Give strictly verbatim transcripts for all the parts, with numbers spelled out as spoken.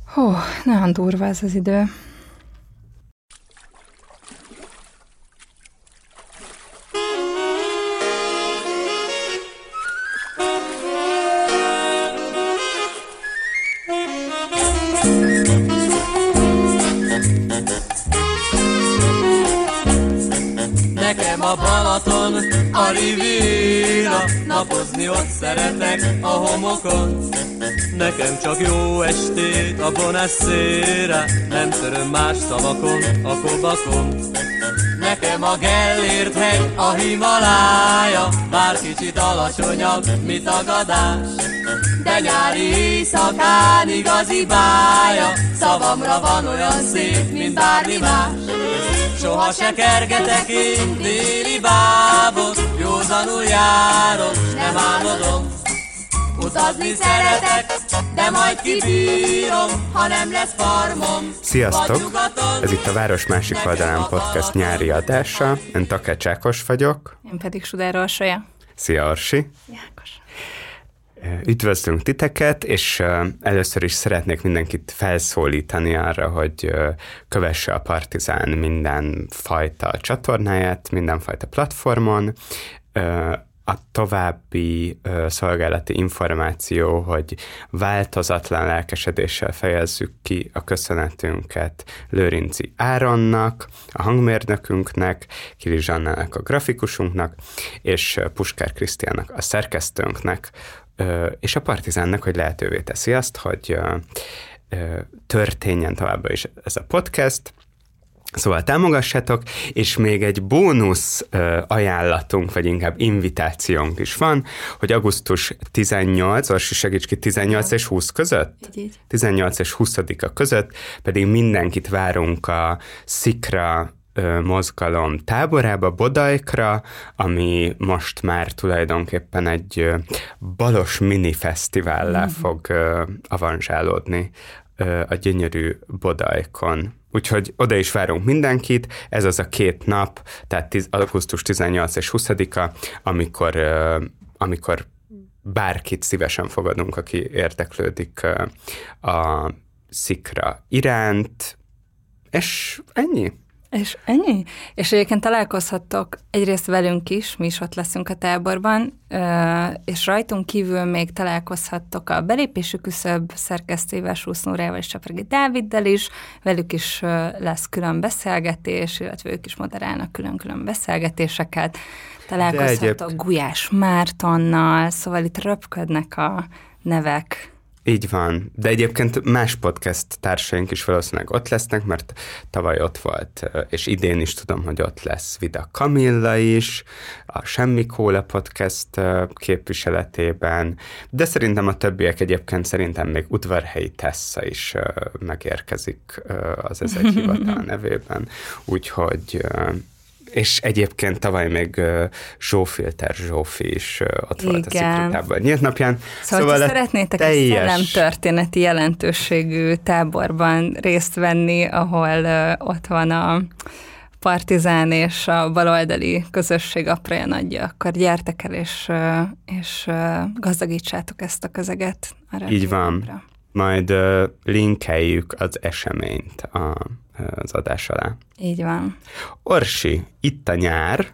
Hú, nagyon durva ez az idő. Nekem a Balaton, a Riviera, napozni ott szeretek a homokon. Nekem csak jó estét a Bonacera, nem töröm más szavakon, a kobakon. Nekem a Gellért hegy, a Himalája, bár kicsit alacsonyabb, mi tagadás. De nyári éjszakán igazi bája, szavamra van olyan szép, mint bármi más. Soha se kergetek én déli bábot, józanul járok, s nem álmodom. Utazni szeretek, de majd kibírom, ha nem lesz farmom. Sziasztok! Ez itt a Város másik oldalán podcast nyári adása. Én Takács Ákos vagyok. Én pedig Sudár Orsolya. Szia, Orsi! Jákos! Üdvözlünk titeket, és először is szeretnék mindenkit felszólítani arra, hogy kövesse a Partizán mindenfajta csatornáját, mindenfajta platformon. A további szolgálati információ, hogy változatlan lelkesedéssel fejezzük ki a köszönetünket Lőrinci Áronnak, a hangmérnökünknek, Kili Zsannának, a grafikusunknak, és Puskár Krisztiánnak, a szerkesztőnknek, és a Partizánnak, hogy lehetővé teszi azt, hogy történjen továbbá is ez a podcast. Szóval támogassátok, és még egy bónusz ajánlatunk, vagy inkább invitációnk is van, hogy augusztus tizennyolc, Orsi segíts ki, tizennyolc és húsz között? Így, így. tizennyolc és huszadika között pedig mindenkit várunk a Szikra mozgalom táborába, Bodajkra, ami most már tulajdonképpen egy balos minifesztivállá mm. fog avanzsálódni a gyönyörű Bodajkon. Úgyhogy oda is várunk mindenkit, ez az a két nap, tehát augusztus tizennyolc és huszadika, amikor, amikor bárkit szívesen fogadunk, aki érdeklődik a Szikra iránt, és ennyi. És ennyi? És egyébként találkozhattok egyrészt velünk is, mi is ott leszünk a táborban, és rajtunk kívül még találkozhattok a belépési küszöb szerkesztőjével, Súsz Nórával és Csapregi Dáviddal is, velük is lesz külön beszélgetés, illetve ők is moderálnak külön-külön beszélgetéseket. Találkozhattok egyéb... Gulyás Mártonnal, szóval itt röpködnek a nevek. Így van, de egyébként más podcast társaink is valószínűleg ott lesznek, mert tavaly ott volt, és idén is tudom, hogy ott lesz Vida Kamilla is, a Semmi Kóla podcast képviseletében, de szerintem a többiek egyébként szerintem még Udvarhelyi Tessa is megérkezik az Ez egy hivatal nevében, úgyhogy... És egyébként tavaly még uh, Zsófilter Zsófi is uh, ott Igen. volt a Szikra nyílt napján. Szóval, szóval ha szeretnétek teljes... egy szellemtörténeti jelentőségű táborban részt venni, ahol uh, ott van a Partizán és a baloldali közösség apraja nagyja, akkor gyertek el, és, uh, és uh, gazdagítsátok ezt a közeget. Így van. Napra. Majd uh, linkeljük az eseményt a az adás alá. Így van. Orsi, itt a nyár,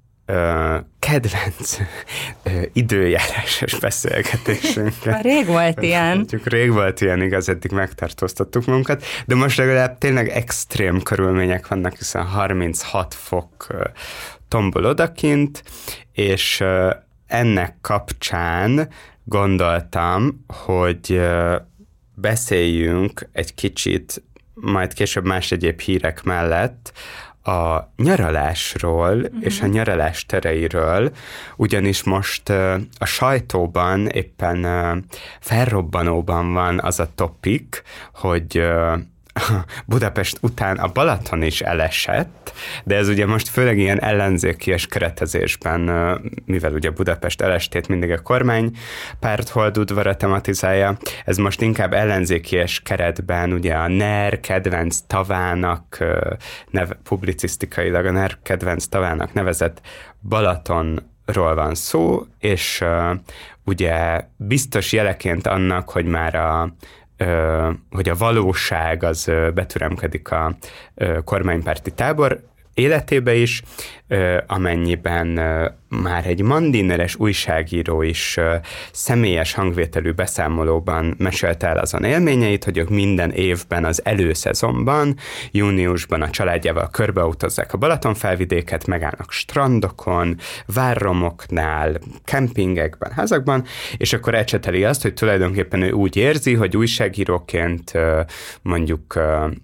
ö, kedvenc ö, időjárásos beszélgetésünk. Rég volt ilyen. Mondjuk, rég volt ilyen, igaz, eddig megtartóztattuk magunkat, de most legalább tényleg extrém körülmények vannak, hiszen harminchat fok ö, tombol odakint, és ö, ennek kapcsán gondoltam, hogy ö, beszéljünk egy kicsit majd később más egyéb hírek mellett a nyaralásról uh-huh. és a nyaralás tereiről, ugyanis most uh, a sajtóban éppen uh, felrobbanóban van az a topik, hogy uh, Budapest után a Balaton is elesett, de ez ugye most főleg ilyen ellenzékies keretezésben, mivel ugye Budapest elestét mindig a kormány pártholdudvara tematizálja, ez most inkább ellenzékies keretben ugye a NER kedvenc tavának, neve, publicisztikailag a NER kedvenc tavának nevezett Balatonról van szó, és ugye biztos jeleként annak, hogy már a hogy a valóság az betüremkedik a kormánypárti tábor életébe is, amennyiben már egy Mandineres újságíró is személyes hangvételű beszámolóban mesélte el azon élményeit, hogy ők minden évben az előszezonban, júniusban a családjával körbeutazzák a Balatonfelvidéket, megállnak strandokon, várromoknál, kempingekben, házakban, és akkor ecseteli azt, hogy tulajdonképpen ő úgy érzi, hogy újságíróként mondjuk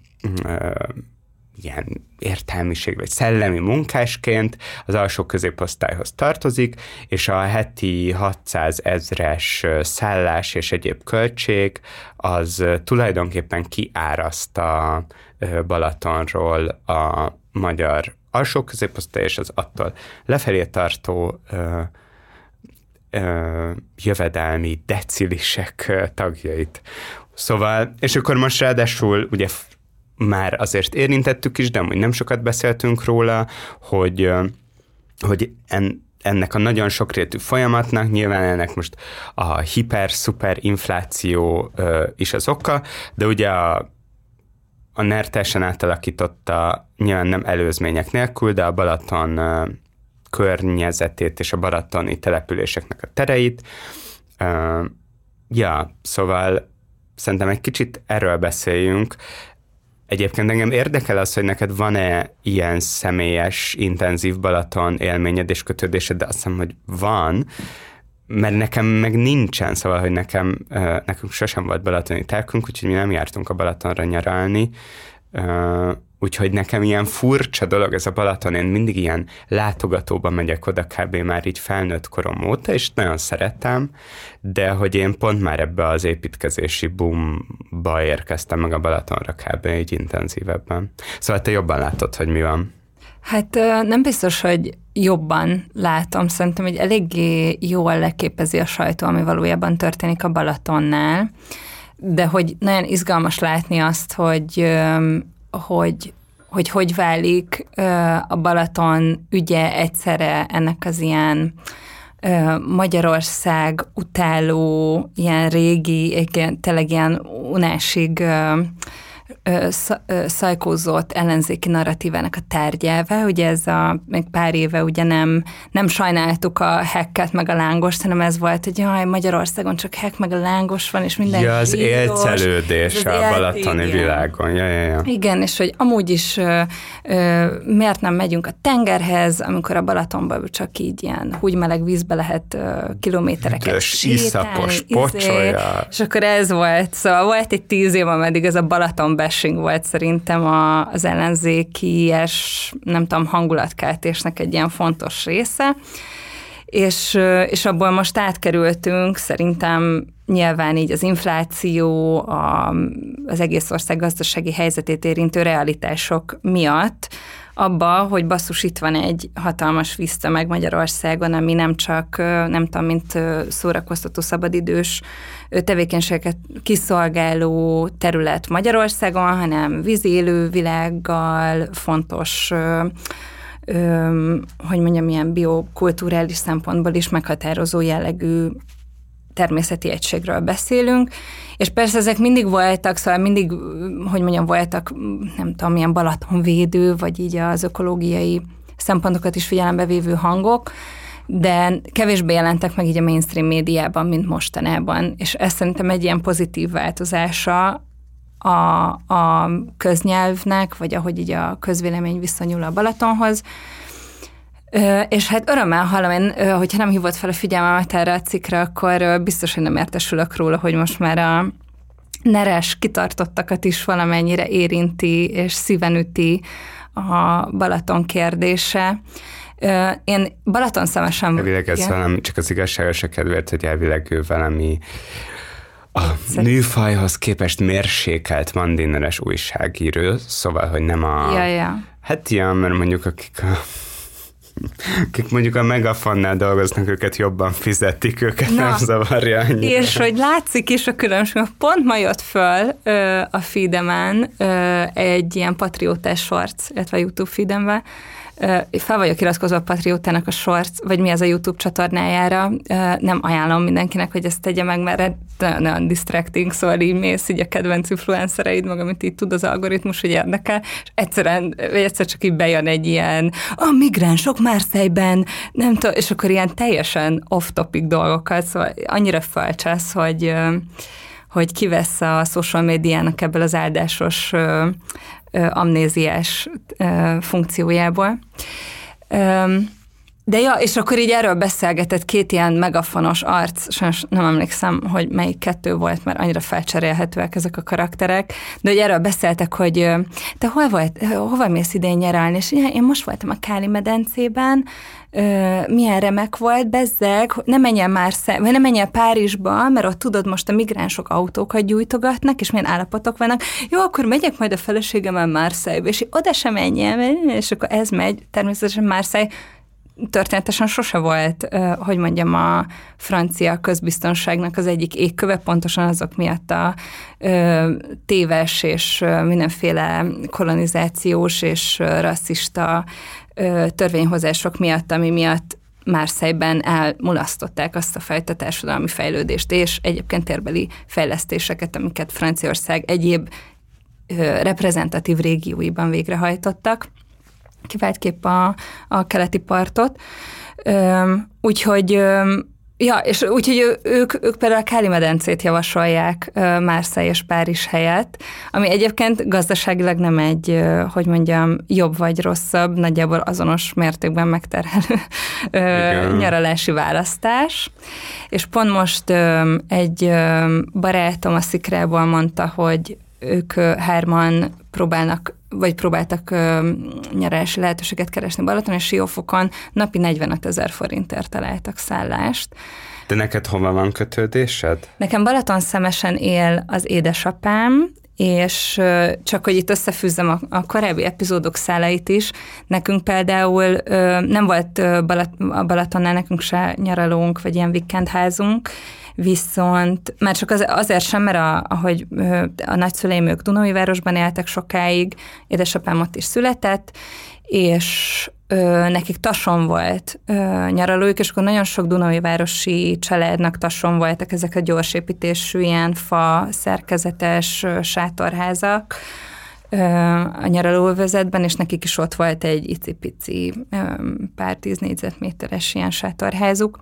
ilyen értelmiség vagy szellemi munkásként az alsó középosztályhoz tartozik, és a heti hatszázezres szállás és egyéb költség az tulajdonképpen kiáraszt a Balatonról a magyar alsó középosztály és az attól lefelé tartó ö, ö, jövedelmi decilisek tagjait. Szóval, és akkor most ráadásul ugye már azért érintettük is, de amúgy nem sokat beszéltünk róla, hogy, hogy en, ennek a nagyon sokrétű folyamatnak nyilván ennek most a hiper-szuper infláció is az oka, de ugye a, a en e er teljesen átalakította nyilván nem előzmények nélkül, de a Balaton környezetét és a balatoni településeknek a tereit. Ja, szóval szerintem egy kicsit erről beszéljünk. Egyébként engem érdekel az, hogy neked van-e ilyen személyes, intenzív Balaton élményed és kötődésed, de azt hiszem, hogy van, mert nekem meg nincsen, szóval, hogy nekem, nekünk sosem volt balatoni telkünk, úgyhogy mi nem jártunk a Balatonra nyaralni, úgyhogy nekem ilyen furcsa dolog ez a Balaton, én mindig ilyen látogatóban megyek oda kb. Már így felnőtt korom óta, és nagyon szeretem, de hogy én pont már ebbe az építkezési boomba érkeztem meg a Balatonra kb. Így intenzívebben. Szóval te jobban látod, hogy mi van. Hát nem biztos, hogy jobban látom, szerintem, hogy eléggé jól leképezi a sajtó, ami valójában történik a Balatonnál, de hogy nagyon izgalmas látni azt, hogy hogy hogy, hogy válik a Balaton ügye egyszerre ennek az ilyen Magyarország utáló, ilyen régi, tényleg ilyen unásig szajkózott ellenzéki narratívának a tárgyává. Ugye ez a, még pár éve ugye nem, nem sajnáltuk a hacket meg a lángost, hanem ez volt, hogy jaj, Magyarországon csak hack meg a lángos van, és minden ja, az zsíros, élcelődés a élt, balatoni igen. világon. Ja, ja, ja. Igen, és hogy amúgy is ö, ö, miért nem megyünk a tengerhez, amikor a Balatonban csak így ilyen húgymeleg vízbe lehet ö, kilométereket Üdös, sétálni. iszapos, pocsolya. És akkor ez volt. Szóval volt egy tíz év, ameddig ez a Balaton bashing volt szerintem a, az ellenzékies, nem tudom, hangulatkeltésnek egy ilyen fontos része, és, és abból most átkerültünk szerintem nyilván így az infláció, a, az egész ország gazdasági helyzetét érintő realitások miatt abba, hogy basszus, itt van egy hatalmas víztömeg Magyarországon, ami nem csak, nem tudom, mint szórakoztató szabadidős tevékenységeket kiszolgáló terület Magyarországon, hanem vízi élővilággal, fontos, hogy mondjam, ilyen biokulturális szempontból is meghatározó jellegű természeti egységről beszélünk, és persze ezek mindig voltak, szóval mindig, hogy mondjam, voltak, nem tudom, milyen Balatonvédő, vagy így az ökológiai szempontokat is figyelembe vévő hangok, de kevésbé jelentek meg így a mainstream médiában, mint mostanában, és ez szerintem egy ilyen pozitív változása a, a köznyelvnek, vagy ahogy így a közvélemény viszonyul a Balatonhoz. És hát örömmel hallom, én, hogyha nem hívott fel a figyelmemet erre a cikkre, akkor biztos, hogy nem értesülök róla, hogy most már a neres kitartottakat is valamennyire érinti, és szíven üti a Balaton kérdése. Én Balaton szemesen... Elvileg ez valami, csak az igazságos a kedvéért, hogy elvileg ő valami a műfajhoz képest mérsékelt mandineres újságíró, szóval, hogy nem a... Ja, ja. Hát ilyen, mert mondjuk akik a akik mondjuk a Megafonnál dolgoznak, őket jobban fizetik, őket Na, nem zavarja annyira. És hogy látszik is a különbség, pont ma jött föl ö, a feedemen ö, egy ilyen patriótás sorc, illetve a YouTube feedemben, Fel vagyok iratkozva a Patriótának a Shorts, vagy mi ez a YouTube csatornájára. Nem ajánlom mindenkinek, hogy ezt tegye meg, mert nagyon distracting, szóval így mész így a kedvenc influencereid, meg amit így tud az algoritmus, hogy érdekel, és egyszerűen, vagy egyszer csak így bejön egy ilyen a migránsok Marseille-ben, nem tudom, és akkor ilyen teljesen off-topic dolgokat, szóval annyira fölcsesz, hogy hogy kivesz a social médiának ebből az áldásos ö, ö, amnéziás ö, funkciójából. Ö, de ja, és akkor így erről beszélgetett két ilyen megafonos arc, sajnos nem emlékszem, hogy melyik kettő volt, mert annyira felcserélhetőek ezek a karakterek, de hogy erről beszéltek, hogy te hol volt, hova mész idén nyaralni, és én most voltam a Káli medencében, milyen remek volt, bezzeg, ne menjen már, vagy ne menjen Párizsba, mert ott tudod, most a migránsok autókat gyújtogatnak, és milyen állapotok vannak. Jó, akkor megyek majd a feleségemmel Marseille-be, és oda sem menjen, és akkor ez megy, természetesen Marseille történetesen sose volt, hogy mondjam, a francia közbiztonságnak az egyik égköve, pontosan azok miatt a téves és mindenféle kolonizációs és rasszista törvényhozások miatt, ami miatt Marseille-ben elmulasztották azt a fajta társadalmi fejlődést, és egyébként térbeli fejlesztéseket, amiket Franciaország egyéb reprezentatív régióiban végrehajtottak, kiváltképp a, a keleti partot. Úgyhogy, ja, és úgyhogy ők, ők például a Káli-medencét javasolják Marseille és Párizs helyett, ami egyébként gazdaságilag nem egy, hogy mondjam, jobb vagy rosszabb, nagyjából azonos mértékben megterhelő Igen. nyaralási választás. És pont most egy barátom a Szikrából mondta, hogy ők hárman próbálnak, vagy próbáltak uh, nyaralási lehetőséget keresni Balaton és Siófokon, napi negyvenöt ezer forintért találtak szállást. De neked hova van kötődésed? Nekem Balatonszemesen él az édesapám, és uh, csak hogy itt összefűzzem a, a korábbi epizódok szálait is, nekünk például uh, nem volt uh, Balat, a Balatonnál nekünk se nyaralónk, vagy ilyen vikendházunk, viszont már csak az, azért sem, mert a, ahogy a nagyszüleim ők Dunaújvárosban éltek sokáig, édesapám ott is született, és ö, nekik Tason volt ö, nyaralójuk, és akkor nagyon sok dunaújvárosi családnak Tason voltak ezek a gyorsépítésű, ilyen fa szerkezetes ö, sátorházak ö, a nyaralóövezetben, és nekik is ott volt egy icipici ö, pár tíz négyzetméteres ilyen sátorházuk.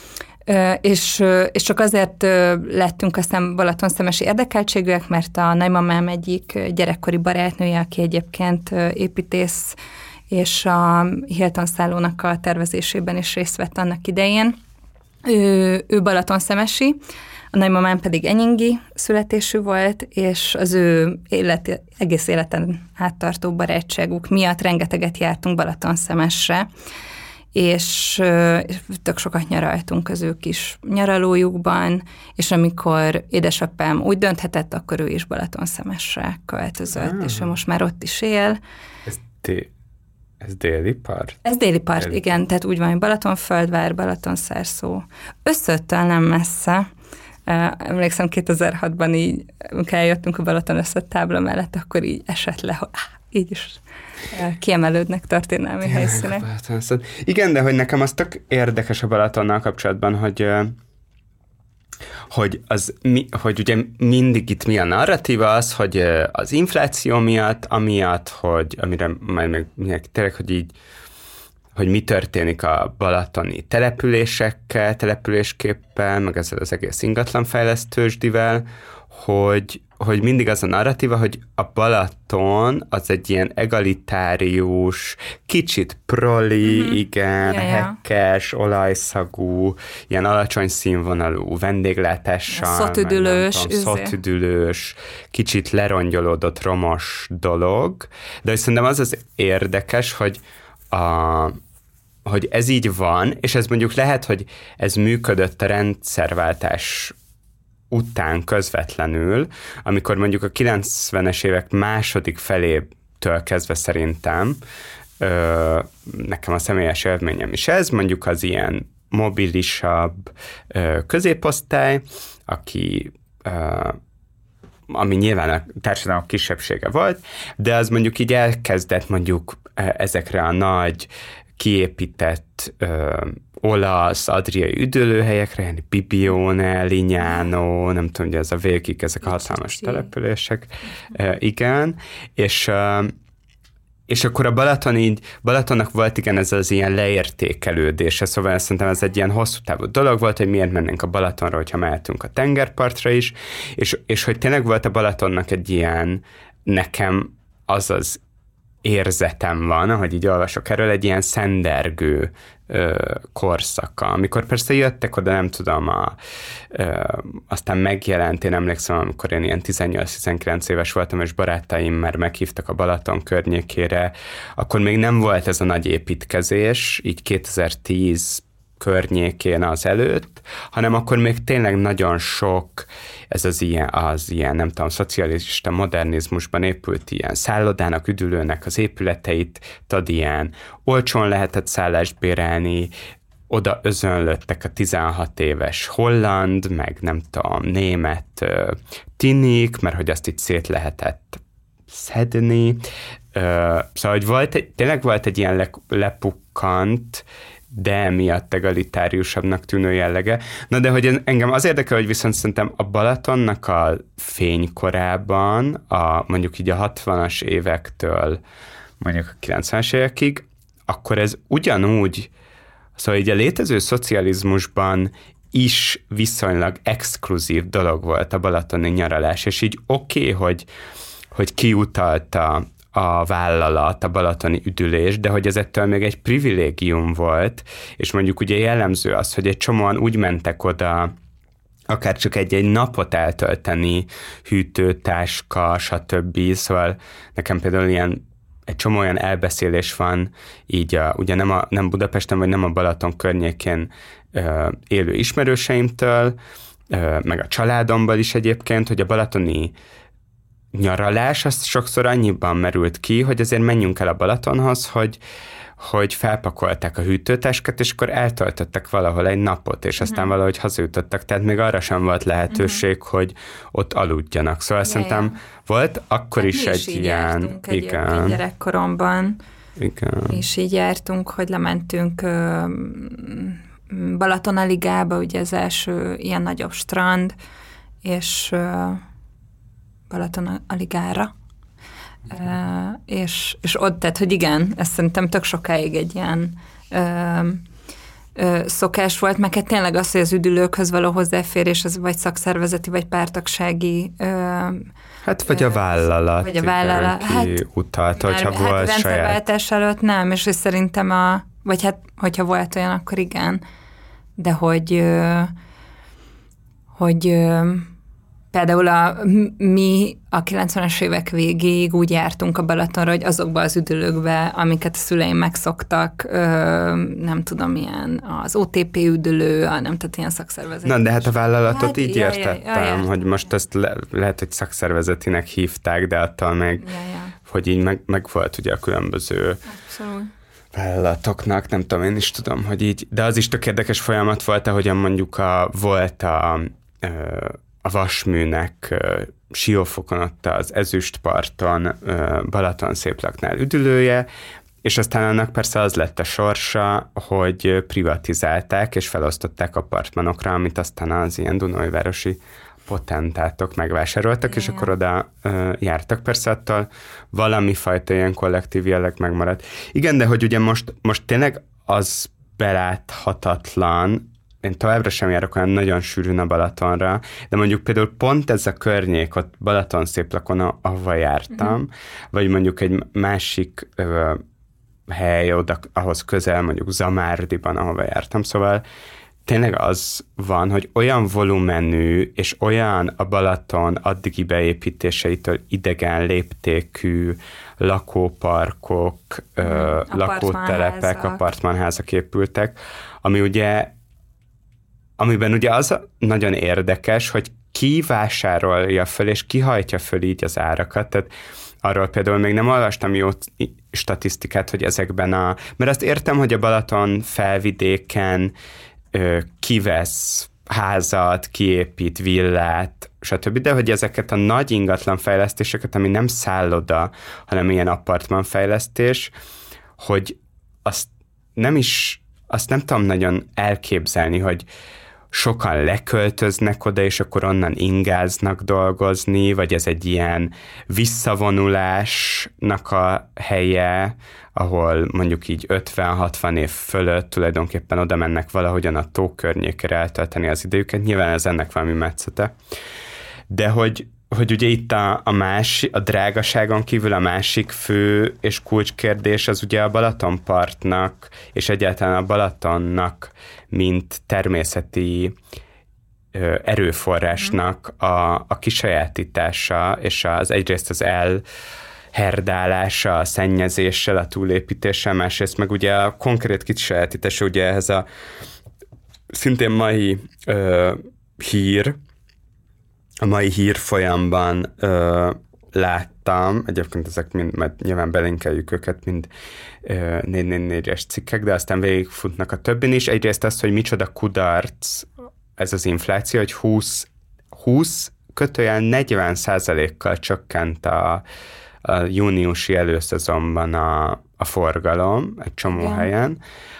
És, és csak azért lettünk aztán Balatonszemesi érdekeltségűek, mert a nagymamám egyik gyerekkori barátnője, aki egyébként építész, és a Hilton szállónak a tervezésében is részt vett annak idején. Ő, ő Balatonszemesi, a nagymamám pedig enyingi születésű volt, és az ő élet, egész életen áttartó barátságuk miatt rengeteget jártunk Balatonszemesre, és tök sokat nyaraltunk az ő kis nyaralójukban, és amikor édesapám úgy dönthetett, akkor ő is Balatonszemesre költözött, ah. és ő most már ott is él. Ez, té- ez déli part? Ez déli part, déli. Igen, tehát úgy van, hogy Balatonföldvár, Balatonszárszó. Összöttől nem messze. Emlékszem, kétezer-hatban így, amikor eljöttünk a Balaton összött tábla mellett, akkor így esett le, hogy így is kiemelődnek történelmi helyszínek. Igen, de hogy nekem az tök érdekes a Balatonnal kapcsolatban, hogy hogy, az, hogy ugye mindig itt mi a narratíva az, hogy az infláció miatt, amiatt, hogy amire majd meg mindenki tényleg, hogy így hogy mi történik a balatoni településekkel, településképpen, meg ezzel az egész ingatlanfejlesztősdivel, hogy, hogy mindig az a narratíva, hogy a Balaton az egy ilyen egalitárius, kicsit proli, mm-hmm. igen, ja, hekkes, ja. olajszagú, ilyen alacsony színvonalú vendéglátással. Szotüdülős. Szotüdülős, kicsit lerongyolódott, romos dolog. De hogy szerintem az az érdekes, hogy A, hogy ez így van, és ez mondjuk lehet, hogy ez működött a rendszerváltás után közvetlenül, amikor mondjuk a kilencvenes évek második felétől kezdve szerintem, ö, nekem a személyes élményem is ez, mondjuk az ilyen mobilisabb ö, középosztály, aki ö, ami nyilván a társadalom kisebbsége volt, de az mondjuk így elkezdett mondjuk ezekre a nagy, kiépített ö, olasz, adriai üdülőhelyekre, yani Bibione, Lignano, nem tudom, hogy ez a végig, ezek a hatalmas települések. E, igen, és, e, és akkor a Balaton így, Balatonnak volt igen ez az ilyen leértékelődése, szóval szerintem ez egy ilyen hosszú távú dolog volt, hogy miért mennénk a Balatonra, hogyha mehetünk a tengerpartra is, és, és hogy tényleg volt a Balatonnak egy ilyen, nekem az az érzetem van, ahogy így olvasok erről, egy ilyen szendergő ö, korszaka, amikor persze jöttek oda, nem tudom, a, ö, aztán megjelent, én emlékszem, amikor én ilyen tizennyolc-tizenkilenc éves voltam, és barátaim már meghívtak a Balaton környékére, akkor még nem volt ez a nagy építkezés, így kétezer-tíz környékén az előtt, hanem akkor még tényleg nagyon sok ez az ilyen, az ilyen, nem tudom, szocialista modernizmusban épült ilyen szállodának, üdülőnek az épületeit, tad ilyen olcsón lehetett szállást bérelni, oda özönlöttek a tizenhat éves holland, meg nem tudom, német uh, tinik, mert hogy azt itt szét lehetett szedni. Uh, szóval, hogy volt egy, tényleg volt egy ilyen le, lepukkant, de emiatt egalitáriusabbnak tűnő jellege. Na de hogy engem az érdekel, hogy viszont szerintem a Balatonnak a fénykorában, a, mondjuk így a hatvanas évektől mondjuk a kilencvenes évekig, akkor ez ugyanúgy, szóval így a létező szocializmusban is viszonylag exkluzív dolog volt a balatoni nyaralás, és így oké, okay, hogy, hogy kiutalta a vállalat, a balatoni üdülés, de hogy ez ettől még egy privilégium volt, és mondjuk ugye jellemző az, hogy egy csomóan úgy mentek oda, akár csak egy-egy napot eltölteni, hűtőtáska, stb. Szóval nekem például ilyen, egy csomó olyan elbeszélés van, így a, ugye nem, a, nem Budapesten, vagy nem a Balaton környékén ö, élő ismerőseimtől, ö, meg a családomból is egyébként, hogy a balatoni nyaralás, az sokszor annyiban merült ki, hogy azért menjünk el a Balatonhoz, hogy, hogy felpakolták a hűtőtáskát, és akkor eltöltöttek valahol egy napot, és aztán uh-huh. valahogy hazajutottak, tehát még arra sem volt lehetőség, uh-huh. hogy ott aludjanak. Szóval ja, szerintem ja. volt akkor hát is egy ilyen... Igen. Gyerekkoromban. Igen. És így jártunk, hogy lementünk uh, Balatonaligába, ugye az első ilyen nagyobb strand, és... Uh, Balatonaligára, uh, és, és ott, tehát, hogy igen, ez szerintem tök sokáig egy ilyen uh, uh, szokás volt, meg hát tényleg az, hogy az üdülőkhöz való hozzáférés, az vagy szakszervezeti, vagy pártagsági uh, hát vagy a vállalat, vagy a vállalat, igen, hát, ki utalta, hogyha hát volt saját. rendszerváltás előtt nem, és hogy szerintem a, vagy hát, hogyha volt olyan, akkor igen, de hogy uh, hogy uh, például a, mi a kilencvenes évek végéig úgy jártunk a Balatonra, hogy azokba az üdülőkbe, amiket a szüleim megszoktak, ö, nem tudom, ilyen az o té pé üdülő, a nem, tehát ilyen szakszervezet. Na, de hát a vállalatot hát, így ja, értettem, ja, ja, ja. hogy most ezt le, lehet, hogy szakszervezetinek hívták, de attól meg, ja, ja. hogy így meg, meg volt ugye a különböző Abszolút. vállalatoknak, nem tudom, én is tudom, hogy így, de az is tök érdekes folyamat volt, ahogyan mondjuk a, volt a a Vasműnek Siófokon ott az Ezüstparton, Balatonszéplaknál üdülője, és aztán annak persze az lett a sorsa, hogy privatizálták és felosztották apartmanokra, amit aztán az ilyen dunajvárosi potentátok megvásároltak, yeah. és akkor oda uh, jártak. Persze attól valami fajta ilyen kollektív jelleg megmaradt. Igen, de hogy ugye most, most tényleg az beláthatatlan, én továbbra sem járok olyan nagyon sűrűn a Balatonra, de mondjuk például pont ez a környék, ott Balatonszéplakon, ahova jártam, uh-huh. vagy mondjuk egy másik ö, hely, oda, ahhoz közel, mondjuk Zamárdiban, ahova jártam, szóval tényleg az van, hogy olyan volumenű, és olyan a Balaton addigi beépítéseitől idegen léptékű lakóparkok, ö, lakótelepek, apartmanházak épültek, ami ugye amiben ugye az nagyon érdekes, hogy ki vásárolja föl, és ki hajtja föl így az árakat. Tehát arról például még nem olvastam jó statisztikát, hogy ezekben a... Mert azt értem, hogy a Balaton felvidéken ö, kivesz házat, kiépít villát, stb., de hogy ezeket a nagy ingatlan fejlesztéseket, ami nem szálloda, hanem ilyen apartmanfejlesztés, hogy azt nem is, azt nem tudom nagyon elképzelni, hogy sokan leköltöznek oda, és akkor onnan ingáznak dolgozni, vagy ez egy ilyen visszavonulásnak a helye, ahol mondjuk így ötven-hatvan év fölött tulajdonképpen oda mennek valahogyan a tó környékére eltölteni az idejüket. Nyilván ez ennek valami metszete. De hogy, hogy ugye itt a, a, más, a drágaságon kívül a másik fő és kulcskérdés az ugye a Balatonpartnak, és egyáltalán a Balatonnak, mint természeti ö, erőforrásnak a, a kisajátítása, és az egyrészt az elherdálása, a szennyezéssel, a túlépítéssel, másrészt meg ugye a konkrét kisajátítása, ugye ehhez a szintén mai ö, hír, a mai hírfolyamban ö, láttam, egyébként ezek mind, mert nyilván belinkeljük őket, mind négy négy négyes cikkek, de aztán végigfutnak a többin is. Egyrészt az, hogy micsoda kudarc ez az infláció, hogy húsz, húsz kötőjel negyven százalékkal csökkent a, a júniusi előszezonban a, a forgalom egy csomó yeah. helyen.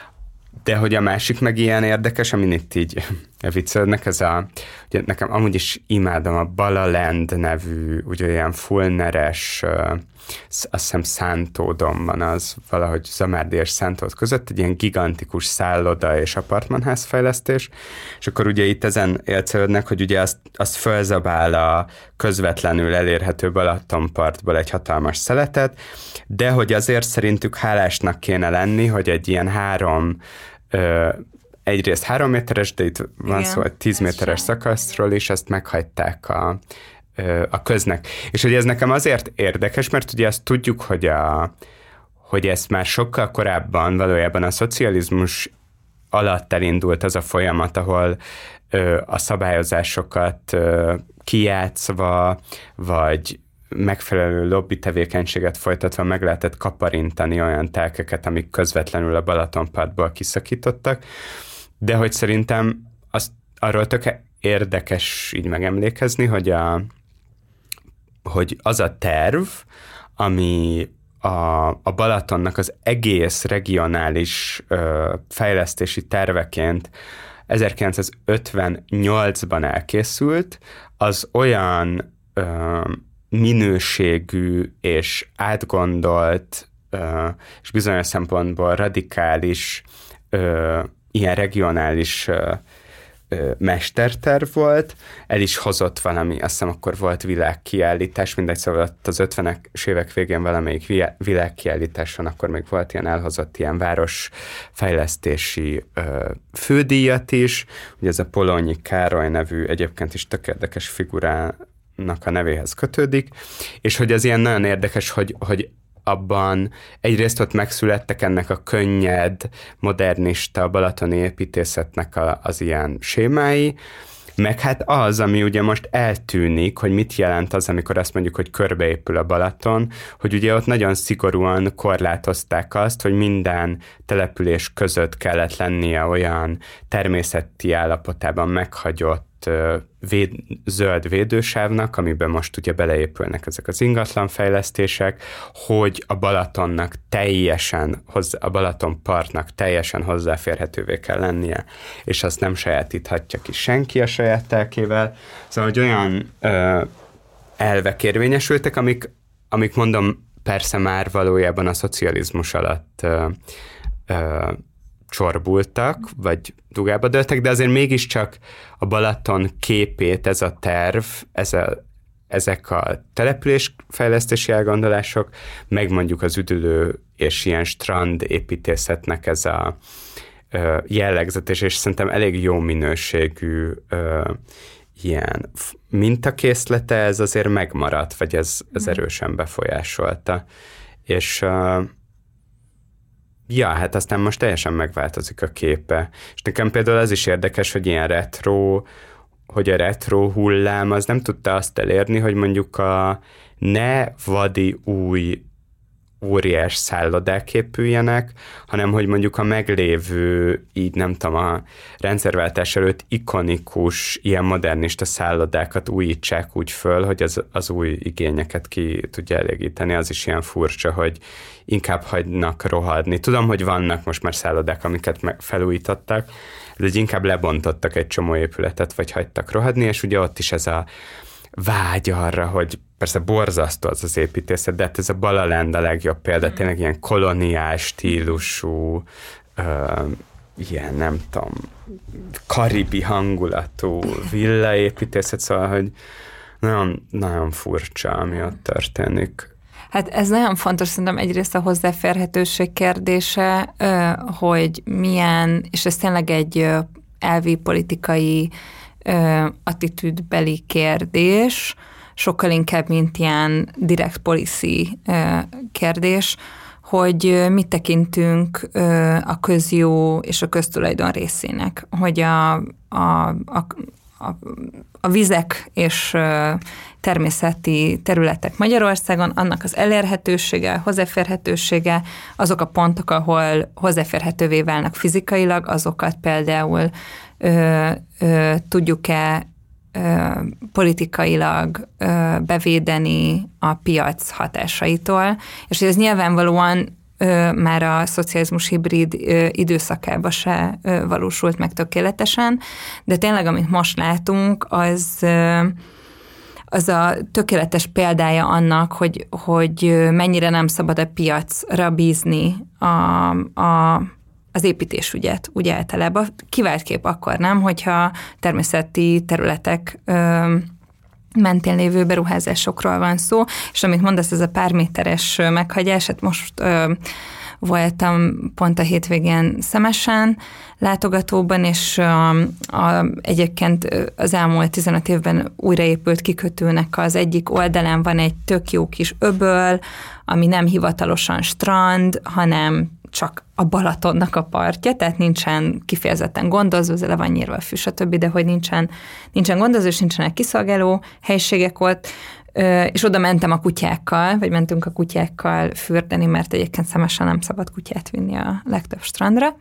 De hogy a másik meg ilyen érdekes, amin itt így viccelődnek, ez a, ugye nekem amúgy is imádom a Balaland nevű, ugye ilyen fullneres, azt hiszem Szántódon az valahogy Zamárdi és Szántód között, egy ilyen gigantikus szálloda és apartmanházfejlesztés, és akkor ugye itt ezen élcelődnek, hogy ugye azt, azt fölzabál a közvetlenül elérhető Balatonpartból egy hatalmas szeletet, de hogy azért szerintük hálásnak kéne lenni, hogy egy ilyen három ö, egyrészt három méteres, de itt van igen, szó egy tíz méteres szakaszról, és ezt meghagyták a, a köznek. És hogy ez nekem azért érdekes, mert ugye azt tudjuk, hogy, a, hogy ezt már sokkal korábban valójában a szocializmus alatt elindult az a folyamat, ahol ö, a szabályozásokat ö, kijátszva, vagy megfelelő lobby tevékenységet folytatva meg lehetett kaparintani olyan telkeket, amik közvetlenül a Balatonpartból kiszakítottak, de hogy szerintem azt, arról tök érdekes így megemlékezni, hogy, a, hogy az a terv, ami a, a Balatonnak az egész regionális ö, fejlesztési terveként ezerkilencszázötvennyolcban elkészült, az olyan ö, minőségű és átgondolt ö, és bizonyos szempontból radikális ö, ilyen regionális ö, ö, mesterterv volt, el is hozott valami, azt hiszem akkor volt világkiállítás, mindegy, szóval az ötvenes évek végén valamelyik világkiállításon akkor még volt ilyen elhozott ilyen városfejlesztési ö, fődíjat is, ugye ez a Polonyi Károly nevű egyébként is tök érdekes figurá a nevéhez kötődik, és hogy az ilyen nagyon érdekes, hogy, hogy abban egyrészt ott megszülettek ennek a könnyed, modernista balatoni építészetnek a, az ilyen sémái, meg hát az, ami ugye most eltűnik, hogy mit jelent az, amikor azt mondjuk, hogy körbeépül a Balaton, hogy ugye ott nagyon szigorúan korlátozták azt, hogy minden település között kellett lennie olyan természeti állapotában meghagyott Véd, zöld védősávnak, amiben most ugye beleépülnek ezek az ingatlanfejlesztések, hogy a Balatonnak teljesen, a Balatonpartnak teljesen hozzáférhetővé kell lennie, és azt nem sajátíthatja ki senki a saját telkével. Szóval, hogy olyan ö, elvek érvényesültek, amik, amik mondom, persze már valójában a szocializmus alatt ö, ö, csorbultak, vagy dugába dőltek, de azért mégiscsak a Balaton képét ez a terv, ez a, ezek a településfejlesztési elgondolások, meg mondjuk az üdülő és ilyen strand építészetnek ez a ö, jellegzetes, és szerintem elég jó minőségű ö, ilyen mintakészlete, ez azért megmaradt, vagy ez, ez erősen befolyásolta. És ö, ja, hát aztán most teljesen megváltozik a képe. És nekem például az is érdekes, hogy ilyen retro, hogy a retro hullám az nem tudta azt elérni, hogy mondjuk a ne vadi új óriás szállodák épüljenek, hanem hogy mondjuk a meglévő, így nem tudom, a rendszerváltás előtt ikonikus, ilyen modernista szállodákat újítsák úgy föl, hogy az, az új igényeket ki tudja elégíteni. Az is ilyen furcsa, hogy inkább hagynak rohadni. Tudom, hogy vannak most már szállodák, amiket felújítottak, de inkább lebontottak egy csomó épületet, vagy hagytak rohadni, és ugye ott is ez a vágy arra, hogy persze borzasztó az az építészet, de hát ez a La La Land a legjobb példa, tényleg ilyen koloniál stílusú, ö, ilyen nem tudom, karibi hangulatú villaépítészet, szóval, hogy nagyon, nagyon furcsa, ami ott történik. Hát ez nagyon fontos, szerintem egyrészt a hozzáférhetőség kérdése, hogy milyen, és ez tényleg egy elvi politikai attitűdbeli kérdés, sokkal inkább, mint ilyen direct policy kérdés, hogy mit tekintünk a közjó és a köztulajdon részének, hogy a, a, a, a, a vizek és természeti területek Magyarországon, annak az elérhetősége, hozzáférhetősége, azok a pontok, ahol hozzáférhetővé válnak fizikailag, azokat például ö, ö, tudjuk-e ö, politikailag ö, bevédeni a piac hatásaitól, és ez nyilvánvalóan ö, már a szocializmus hibrid ö, időszakában se ö, valósult meg tökéletesen, de tényleg, amit most látunk, az ö, az a tökéletes példája annak, hogy, hogy mennyire nem szabad a piacra bízni a, a, az építésügyet, úgy általában. Kiváltképp akkor nem, hogyha természeti területek ö, mentén lévő beruházásokról van szó, és amit mondasz, ez a pár méteres meghagyás, hát most ö, voltam pont a hétvégén Szemesen látogatóban, és a, a, egyébként az elmúlt tizenöt évben újraépült kikötőnek az egyik oldalán van egy tök jó kis öböl, ami nem hivatalosan strand, hanem csak a Balatonnak a partja, tehát nincsen kifejezetten gondozó, le van nyírva a fű, stb., de hogy nincsen, nincsen gondozó, és nincsenek kiszolgáló helyiségek ott, és oda mentem a kutyákkal, vagy mentünk a kutyákkal fürdeni, mert egyébként Szemesen nem szabad kutyát vinni a legtöbb strandra.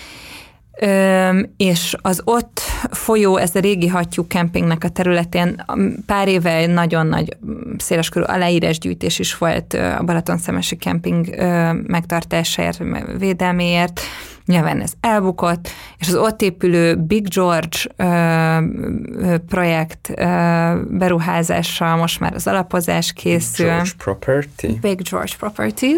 És az ott folyó, ez a régi hattyú kempingnek a területén pár éve nagyon nagy széleskörű aláírásgyűjtés is volt a Balatonszemesi kemping megtartásáért, védelméért. Nyilván ez elbukott, és az ott épülő Big George ö, projekt ö, beruházása most már az alapozás készül. George Property. Big George Properties.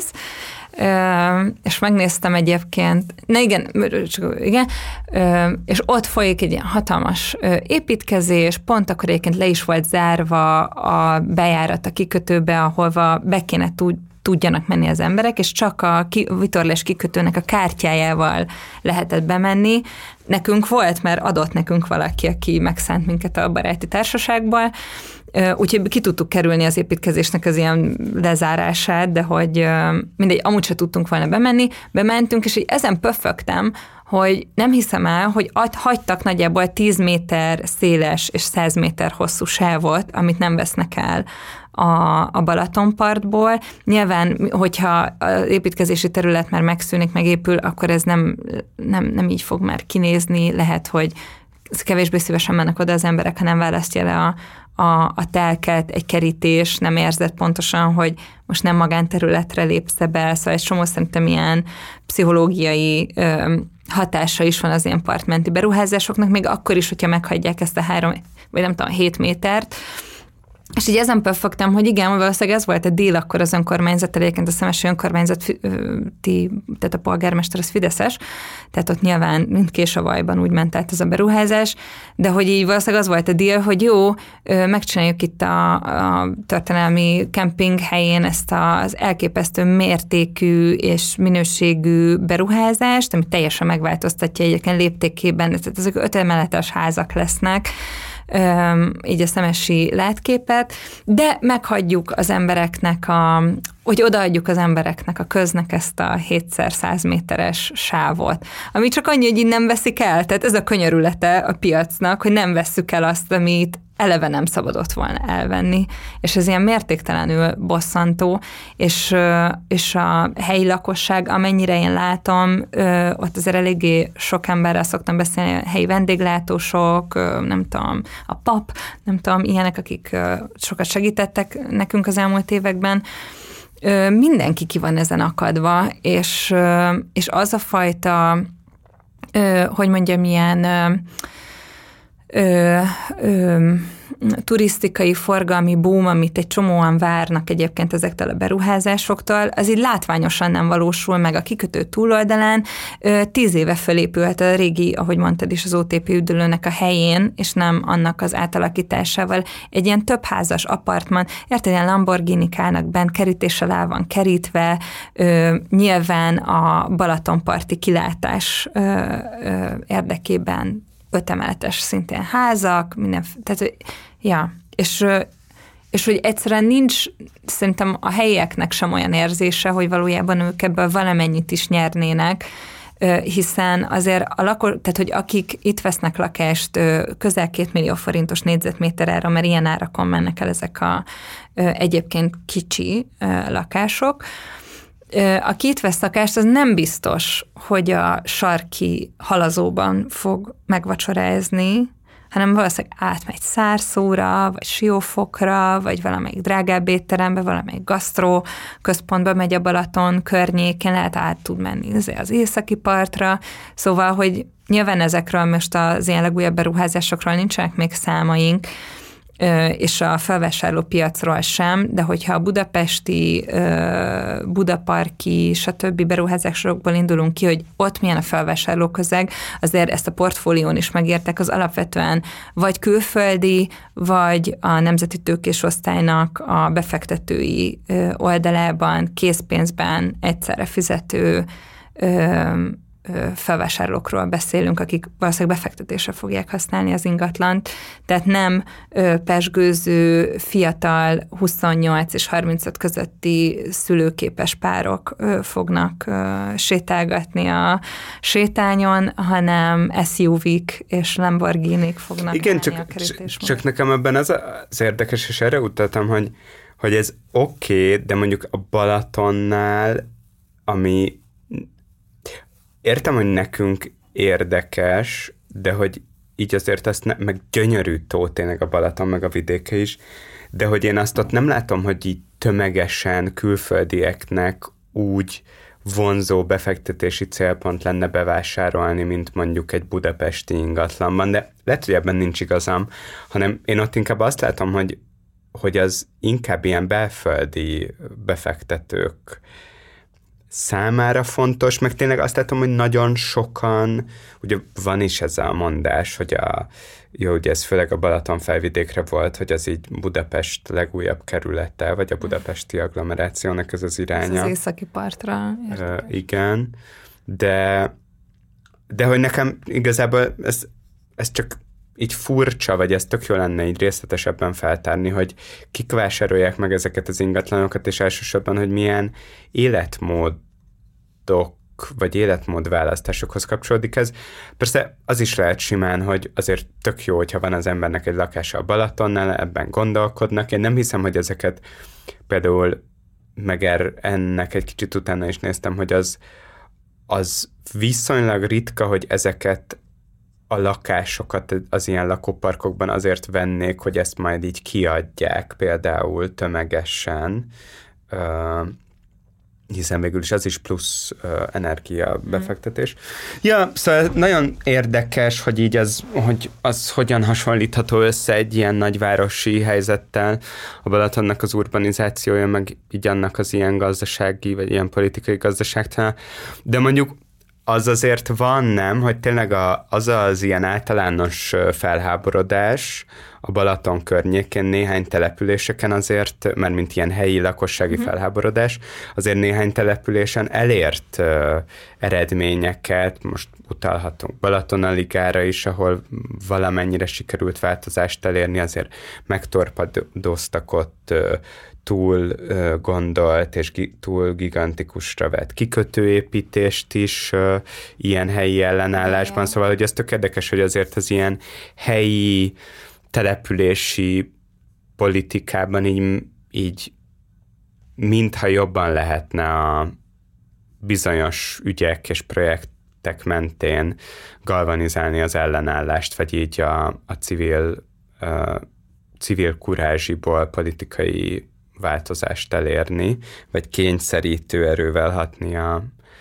Ö, és megnéztem egyébként, na igen, igen ö, és ott folyik egy ilyen hatalmas ö, építkezés, pont akkor egyébként le is volt zárva a bejárat a kikötőbe, ahova be kéne tud, tudjanak menni az emberek, és csak a vitorlás kikötőnek a kártyájával lehetett bemenni. Nekünk volt, mert adott nekünk valaki, aki megszánt minket a baráti társaságból, úgyhogy ki tudtuk kerülni az építkezésnek az ilyen lezárását, de hogy mindegy, amúgy se tudtunk volna bemenni, bementünk, és így ezen pöffögtem, hogy nem hiszem el, hogy hagytak nagyjából tíz méter széles és száz méter hosszú sávot, amit nem vesznek el a, a Balatonpartból. Nyilván, hogyha az építkezési terület már megszűnik, megépül, akkor ez nem, nem, nem így fog már kinézni. Lehet, hogy kevésbé szívesen mennek oda az emberek, ha nem választja le a, a, a telket, egy kerítés, nem érzed pontosan, hogy most nem magánterületre lépsz be, szóval egy csomó szerintem ilyen pszichológiai ö, hatása is van az ilyen partmenti beruházásoknak, még akkor is, hogyha meghagyják ezt a három, vagy nem tudom, hét métert. És így ezen pöffögtem, hogy igen, valószínűleg ez volt a deal akkor az önkormányzat, egyébként a Szemesi önkormányzat, tehát a polgármester az fideszes, tehát ott nyilván mint késavajban úgy ment át ez a beruházás, de hogy így valószínűleg az volt a deal, hogy jó, megcsináljuk itt a, a történelmi kemping helyén ezt az elképesztő mértékű és minőségű beruházást, ami teljesen megváltoztatja egyébként léptékében, tehát ezek öt emeletes házak lesznek, így a szemesi látképet, de meghagyjuk az embereknek, a, hogy odaadjuk az embereknek, a köznek ezt a hétszer száz méteres sávot, ami csak annyi, hogy így nem veszik el, tehát ez a könyörülete a piacnak, hogy nem vesszük el azt, amit eleve nem szabadott volna elvenni, és ez ilyen mértéktelenül bosszantó, és, és a helyi lakosság, amennyire én látom, ott azért eléggé sok emberrel szoktam beszélni, a helyi vendéglátósok, nem tudom, a pap, nem tudom, ilyenek, akik sokat segítettek nekünk az elmúlt években, mindenki ki van ezen akadva, és, és az a fajta, hogy mondjam, ilyen Ö, ö, turisztikai, forgalmi boom, amit egy csomóan várnak egyébként ezektől a beruházásoktól, az így látványosan nem valósul meg a kikötő túloldalán. Ö, tíz éve fölépült a régi, ahogy mondtad is, az o té pé üdülőnek a helyén, és nem annak az átalakításával. Egy ilyen többházas apartman, érted, ilyen Lamborghinik állnak bent, kerítés alá van kerítve, ö, nyilván a Balatonparti kilátás ö, ö, érdekében ötemeletes szintén házak, minden, tehát, ja, és, és hogy egyszerűen nincs, szerintem a helyieknek sem olyan érzése, hogy valójában ők ebből valamennyit is nyernének, hiszen azért a lakos, tehát hogy akik itt vesznek lakást közel két millió forintos négyzetméterára, mert ilyen árakon mennek el ezek a egyébként kicsi lakások, aki itt vesz lakást, az nem biztos, hogy a sarki halazóban fog megvacsorázni, hanem valószínűleg átmegy Szárszóra, vagy Siófokra, vagy valamelyik drágább étterembe, valamelyik gasztró központba megy a Balaton környékén, lehet át tud menni az északi partra, szóval, hogy nyilván ezekről most az ilyen legújabb beruházásokról nincsenek még számaink, és a felvásárló piacról sem, de hogyha a budapesti, budaparki, stb. Beruházásokból indulunk ki, hogy ott milyen a felvásárló közeg, azért ezt a portfólión is megértek, az alapvetően vagy külföldi, vagy a nemzeti tőkés osztálynak a befektetői oldalában, készpénzben egyszerre fizető felvásárlókról beszélünk, akik valószínűleg befektetésre fogják használni az ingatlant, tehát nem pezsgőző, fiatal, huszonnyolc és harmincöt közötti szülőképes párok fognak sétálgatni a sétányon, hanem es u vé-k és Lamborghinik fognak Igen, állni csak, a kerítés csak nekem ebben az az érdekes, és erre utaltam, hogy, hogy ez oké, okay, de mondjuk a Balatonnál, ami értem, hogy nekünk érdekes, de hogy így azért azt ne, meg gyönyörű tó tényleg a Balaton, meg a vidéke is, de hogy én azt ott nem látom, hogy így tömegesen külföldieknek úgy vonzó befektetési célpont lenne bevásárolni, mint mondjuk egy budapesti ingatlanban, de lehet, hogy ebben nincs igazam, hanem én ott inkább azt látom, hogy, hogy az inkább ilyen belföldi befektetők számára fontos, meg tényleg azt látom, hogy nagyon sokan, ugye van is ez a mondás, hogy a, jó, ugye ez főleg a Balaton felvidékre volt, hogy az így Budapest legújabb kerülete, vagy a budapesti agglomerációnak ez az iránya. Ez az északi partra. Uh, igen, de, de hogy nekem igazából ez, ez csak így furcsa, vagy ez tök jó lenne így részletesebben feltárni, hogy kik vásárolják meg ezeket az ingatlanokat, és elsősorban, hogy milyen életmódok, vagy életmódválasztásokhoz kapcsolódik ez. Persze az is lehet simán, hogy azért tök jó, hogyha van az embernek egy lakása a Balatonnál, ebben gondolkodnak. Én nem hiszem, hogy ezeket például, meg er, ennek egy kicsit utána is néztem, hogy az, az viszonylag ritka, hogy ezeket a lakásokat az ilyen lakóparkokban azért vennék, hogy ezt majd így kiadják például tömegesen, hiszen végül is az is plusz energia befektetés. Mm. Ja, szóval nagyon érdekes, hogy így az, hogy az hogyan hasonlítható össze egy ilyen nagyvárosi helyzettel, a Balatonnak az urbanizációja, meg így annak az ilyen gazdasági, vagy ilyen politikai gazdaságtal. De mondjuk az azért van, nem, hogy tényleg a, az az ilyen általános felháborodás a Balaton környékén néhány településeken azért, mert mint ilyen helyi lakossági uh-huh. felháborodás, azért néhány településen elért uh, eredményeket, most utalhatunk Balatona-ligára is, ahol valamennyire sikerült változást elérni, azért megtorpadoztak ott uh, túl uh, gondolt és gi- túl gigantikusra vett kikötőépítést is uh, ilyen helyi ellenállásban, szóval hogy ez tök érdekes, hogy azért az ilyen helyi települési politikában így, így mintha jobban lehetne a bizonyos ügyek és projektek mentén galvanizálni az ellenállást, vagy így a, a civil, a civil kurázsiból politikai változást elérni, vagy kényszerítő erővel hatni a,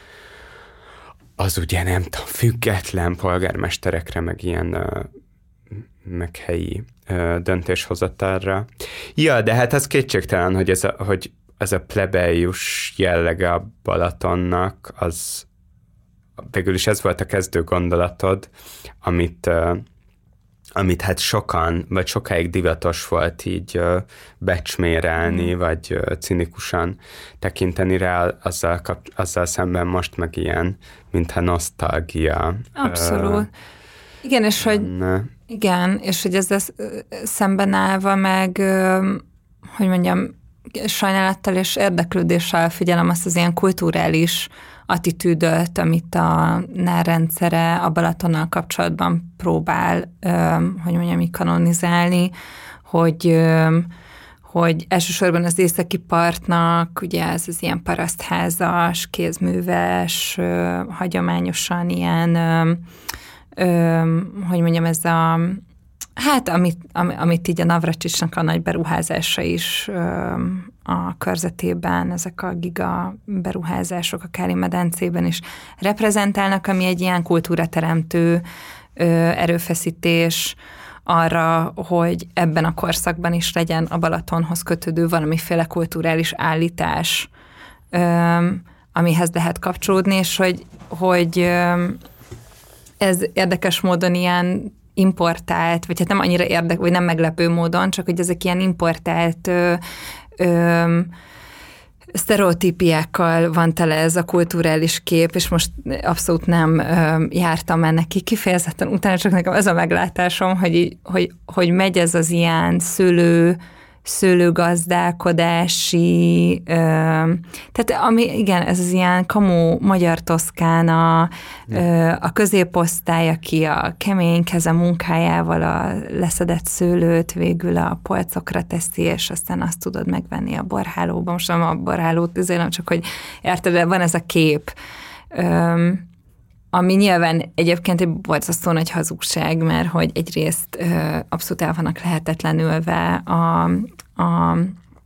az ugye nem tudom, független polgármesterekre, meg ilyen meg helyi döntéshozatalra. Ja, de hát az kétségtelen, hogy ez a, hogy ez a plebeius jellege a Balatonnak, az végül is ez volt a kezdő gondolatod, amit, uh, amit hát sokan, vagy sokáig divatos volt így uh, becsmérelni, mm. vagy uh, cinikusan tekinteni rá, azzal, kap, azzal szemben most meg ilyen, mintha nosztalgia. Abszolút. Uh, igen, és hogy, igen, és hogy ezzel szemben állva meg, hogy mondjam, sajnálattal és érdeklődéssel figyelem azt az ilyen kulturális attitűdöt, amit a NER rendszere a Balatonnal kapcsolatban próbál, hogy mondjam, így kanonizálni, hogy, hogy elsősorban az északi partnak, ugye ez az ilyen parasztházas, kézműves, hagyományosan ilyen, hogy mondjam, ez a Hát, amit, amit így a Navracsicsnak a nagy beruházása is a körzetében, ezek a giga beruházások a Káli-medencében is reprezentálnak, ami egy ilyen kultúrateremtő erőfeszítés arra, hogy ebben a korszakban is legyen a Balatonhoz kötődő valamiféle kulturális állítás, amihez lehet kapcsolódni, és hogy, hogy ez érdekes módon ilyen importált, vagy hát nem annyira érdek, vagy nem meglepő módon, csak hogy ezek ilyen importált ö, ö, sztereotípiákkal van tele ez a kulturális kép, és most abszolút nem ö, jártam ennek ki kifejezetten, utána csak nekem ez a meglátásom, hogy, így, hogy, hogy megy ez az ilyen szőlő, szőlőgazdálkodási, ö, tehát ami, igen, ez az ilyen kamu magyar Toszkána, ö, a középosztály, aki a kemény keze munkájával a leszedett szőlőt végül a polcokra teszi, és aztán azt tudod megvenni a borhálóban. Most nem a borhálót, azért nem csak, hogy érted, de van ez a kép, ö, ami nyilván egyébként egy borzasztó nagy hazugság, mert hogy egyrészt ö, abszolút el vannak lehetetlenülve a, a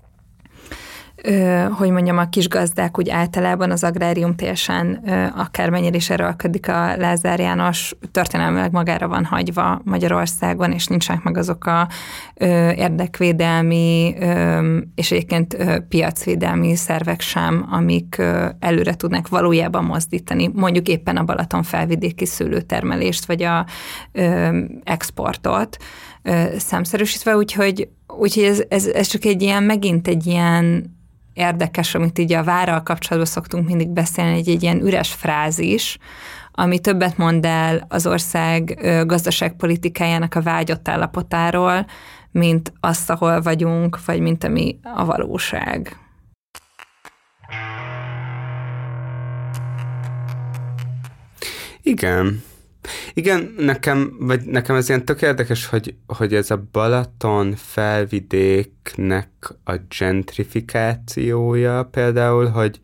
ö, hogy mondjam, a kisgazdák úgy általában az agrárium teljesen ö, akármennyire is erőlködik a Lázár János, történelmileg magára van hagyva Magyarországon, és nincsenek meg azok a ö, érdekvédelmi ö, és egyébként ö, piacvédelmi szervek sem, amik ö, előre tudnak valójában mozdítani, mondjuk éppen a Balaton felvidéki szőlőtermelést, vagy a ö, exportot ö, számszerűsítve, úgyhogy, úgyhogy ez, ez, ez csak egy ilyen, megint egy ilyen érdekes, amit így a várral kapcsolatban szoktunk mindig beszélni, egy, egy ilyen üres frázis, ami többet mond el az ország gazdaságpolitikájának a vágyott állapotáról, mint azt, ahol vagyunk, vagy mint ami a valóság. Igen. Igen, nekem, vagy nekem ez ilyen tök érdekes, hogy, hogy ez a Balaton felvidéknek a gentrifikációja például, hogy,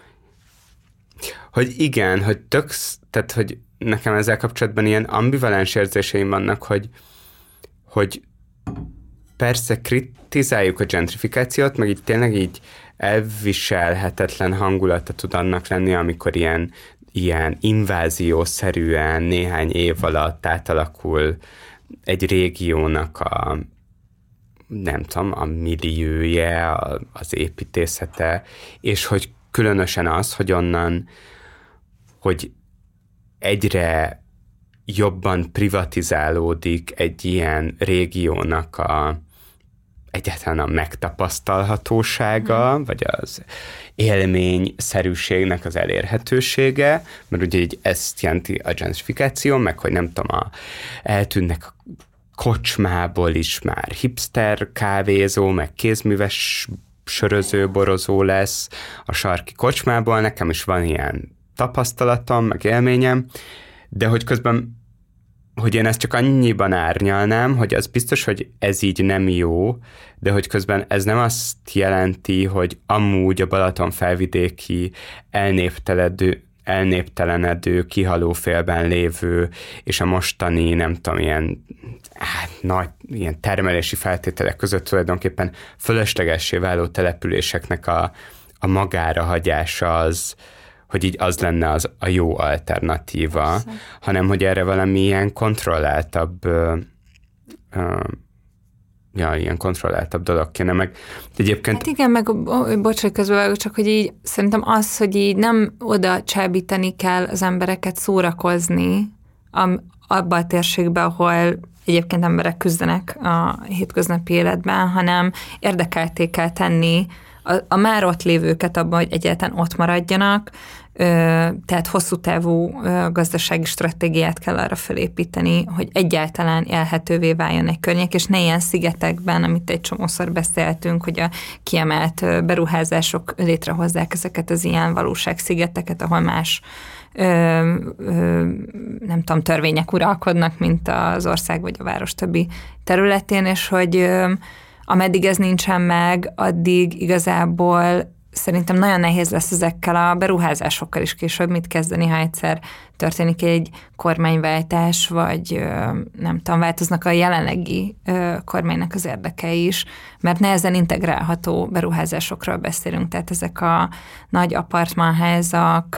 hogy igen, hogy tök, tehát hogy nekem ezzel kapcsolatban ilyen ambivalens érzéseim vannak, hogy, hogy persze kritizáljuk a gentrifikációt, meg így tényleg így elviselhetetlen hangulata tud annak lenni, amikor ilyen ilyen inváziószerűen néhány év alatt átalakul egy régiónak a, nem tudom, a milliója, az építészete, és hogy különösen az, hogy onnan, hogy egyre jobban privatizálódik egy ilyen régiónak a egyáltalán a megtapasztalhatósága, mm. vagy az élményszerűségnek az elérhetősége, mert ugye így ezt jelenti a gentrifikáció, meg hogy nem tudom, a, eltűnnek a kocsmából is már hipster kávézó, meg kézműves söröző, borozó lesz a sarki kocsmából, nekem is van ilyen tapasztalatom, meg élményem, de hogy közben hogy én ezt csak annyiban árnyalnám, hogy az biztos, hogy ez így nem jó, de hogy közben ez nem azt jelenti, hogy amúgy a Balaton felvidéki elnéptelenedő, elnéptelenedő, kihaló félben lévő, és a mostani, nem tudom, ilyen, hát, nagy ilyen termelési feltételek között tulajdonképpen fölöslegessé váló településeknek a, a magára hagyása az, hogy így az lenne az a jó alternatíva, persze, hanem hogy erre valami ilyen kontrolláltabb, ö, ö, ja, ilyen kontrolláltabb dolog kéne, meg egyébként... Hát igen, meg bocsánat közben, csak hogy így szerintem az, hogy így nem oda csábítani kell az embereket szórakozni am, abba a térségbe, ahol egyébként emberek küzdenek a hétköznapi életben, hanem érdekelté kell tenni a, a már ott lévőket abban, hogy egyáltalán ott maradjanak, tehát hosszú távú gazdasági stratégiát kell arra felépíteni, hogy egyáltalán élhetővé váljon egy környék, és ne ilyen szigetekben, amit egy csomószor beszéltünk, hogy a kiemelt beruházások létrehozzák ezeket az ilyen valóságszigeteket, ahol más Ö, ö, nem tudom, törvények uralkodnak, mint az ország vagy a város többi területén, és hogy ö, ameddig ez nincsen meg, addig igazából szerintem nagyon nehéz lesz ezekkel a beruházásokkal is később mit kezdeni, ha egyszer történik egy kormányváltás, vagy nem tudom, változnak a jelenlegi kormánynak az érdekei is, mert nehezen integrálható beruházásokról beszélünk, tehát ezek a nagy apartmanházak,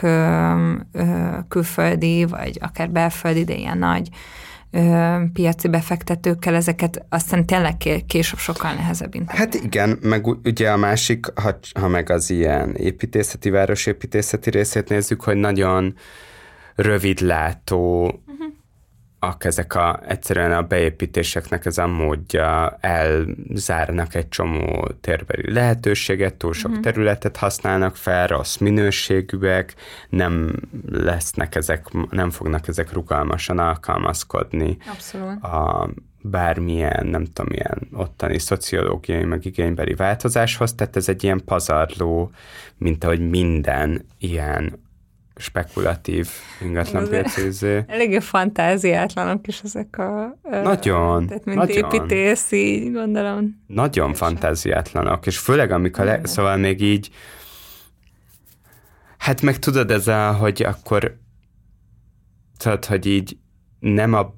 külföldi, vagy akár belföldi, de ilyen nagy piaci befektetőkkel, ezeket aztán tényleg később sokkal nehezebb integrálni. Hát igen, meg ugye a másik, ha, ha meg az ilyen építészeti, városépítészeti részét nézzük, hogy nagyon rövidlátó uh-huh. ezek a, egyszerűen a beépítéseknek ez a módja, elzárnak egy csomó térbeli lehetőséget, túl sok uh-huh. területet használnak fel, rossz minőségűek, nem lesznek ezek, nem fognak ezek rugalmasan alkalmazkodni. Abszolút. A bármilyen, nem tudom, ilyen ottani szociológiai, meg igénybeli változáshoz, tehát ez egy ilyen pazarló, mint ahogy minden ilyen spekulatív ingatlanpiacizé. Eléggé fantáziátlanok is ezek a... Nagyon. Tehát mint nagyon. építész, így gondolom. Nagyon és fantáziátlanok, és főleg amikor, le, szóval még így, hát meg tudod ez a, hogy akkor tudod, hogy így nem a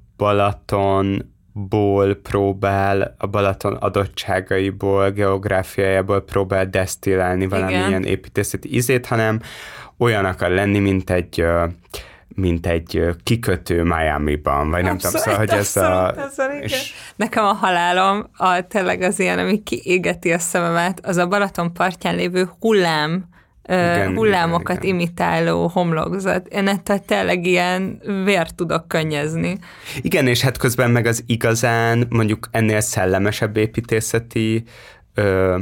Balatonból próbál, a Balaton adottságaiból, geográfiájából próbál desztillálni valamilyen építészeti ízét, hanem olyan akar lenni, mint egy, mint egy kikötő Miami-ban, vagy nem abszolút, tudom, szóval, hogy ez a... És... Nekem a halálom, a, tényleg az ilyen, ami kiégeti a szememet, az a Balaton partján lévő hullám, igen, hullámokat igen, imitáló homlokzat. Én ettől tényleg ilyen vért tudok könnyezni. Igen, és hát közben meg az igazán, mondjuk ennél szellemesebb építészeti ö,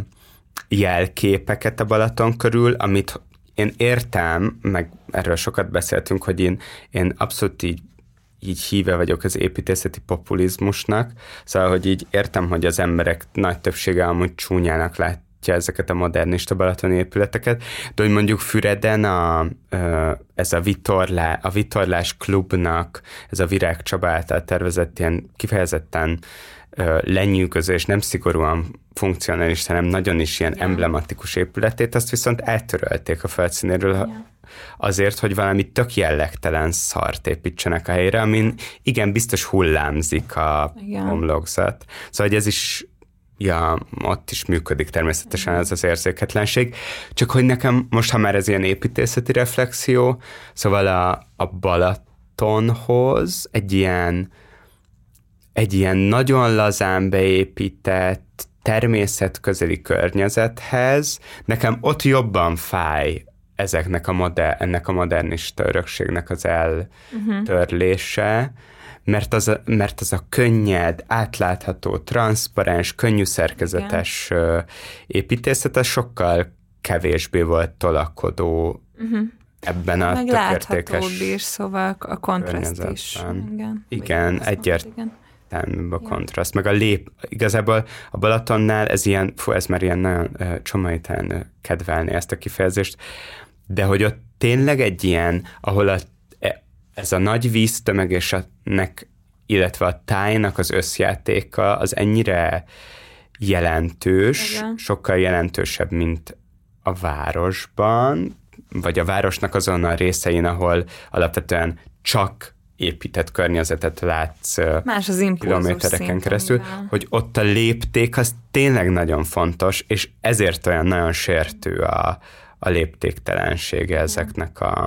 jelképeket a Balaton körül, amit én értem, meg erről sokat beszéltünk, hogy én, én abszolút így, így híve vagyok az építészeti populizmusnak, szóval, hogy így értem, hogy az emberek nagy többsége amúgy csúnyának látja ezeket a modernista balatoni épületeket, de hogy mondjuk Füreden a, ez a, vitorlá, a vitorlás klubnak, ez a Virág Csaba által tervezett ilyen kifejezetten lenyűgöző és nem szigorúan funkcionális, hanem nagyon is ilyen yeah. emblematikus épületét, azt viszont eltörölték a földszínéről yeah. azért, hogy valami tök jellegtelen szart építsenek a helyre, amin igen, biztos hullámzik a yeah. homlokzat. Szóval, hogy ez is, ja, ott is működik természetesen ez az érzéketlenség. Csak hogy nekem most, ha már ez ilyen építészeti reflexió, szóval a, a Balatonhoz egy ilyen egy ilyen nagyon lazán beépített, természetközeli környezethez, nekem ott jobban fáj ezeknek a moder- ennek a modernista örökségnek az eltörlése, uh-huh. mert, az a, mert az a könnyed, átlátható, transzparens, könnyű szerkezetes igen. építészet, az sokkal kevésbé volt tolakodó uh-huh. ebben a meg tökértékes láthatóbb is, szóval a kontraszt is. Igen, igen egyértelműen. A kontraszt, meg a lép, igazából a Balatonnál ez ilyen, fú, ez már ilyen nagyon uh, csomagítán kedvelni ezt a kifejezést, de hogy ott tényleg egy ilyen, ahol a, ez a nagy víztömeg és a, nek illetve a tájnak az összjátéka az ennyire jelentős, igen. sokkal jelentősebb, mint a városban, vagy a városnak azon a részein, ahol alapvetően csak épített környezetet látsz más az kilométereken keresztül, amivel. Hogy ott a lépték az tényleg nagyon fontos, és ezért olyan nagyon sértő a, a léptéktelensége ezeknek a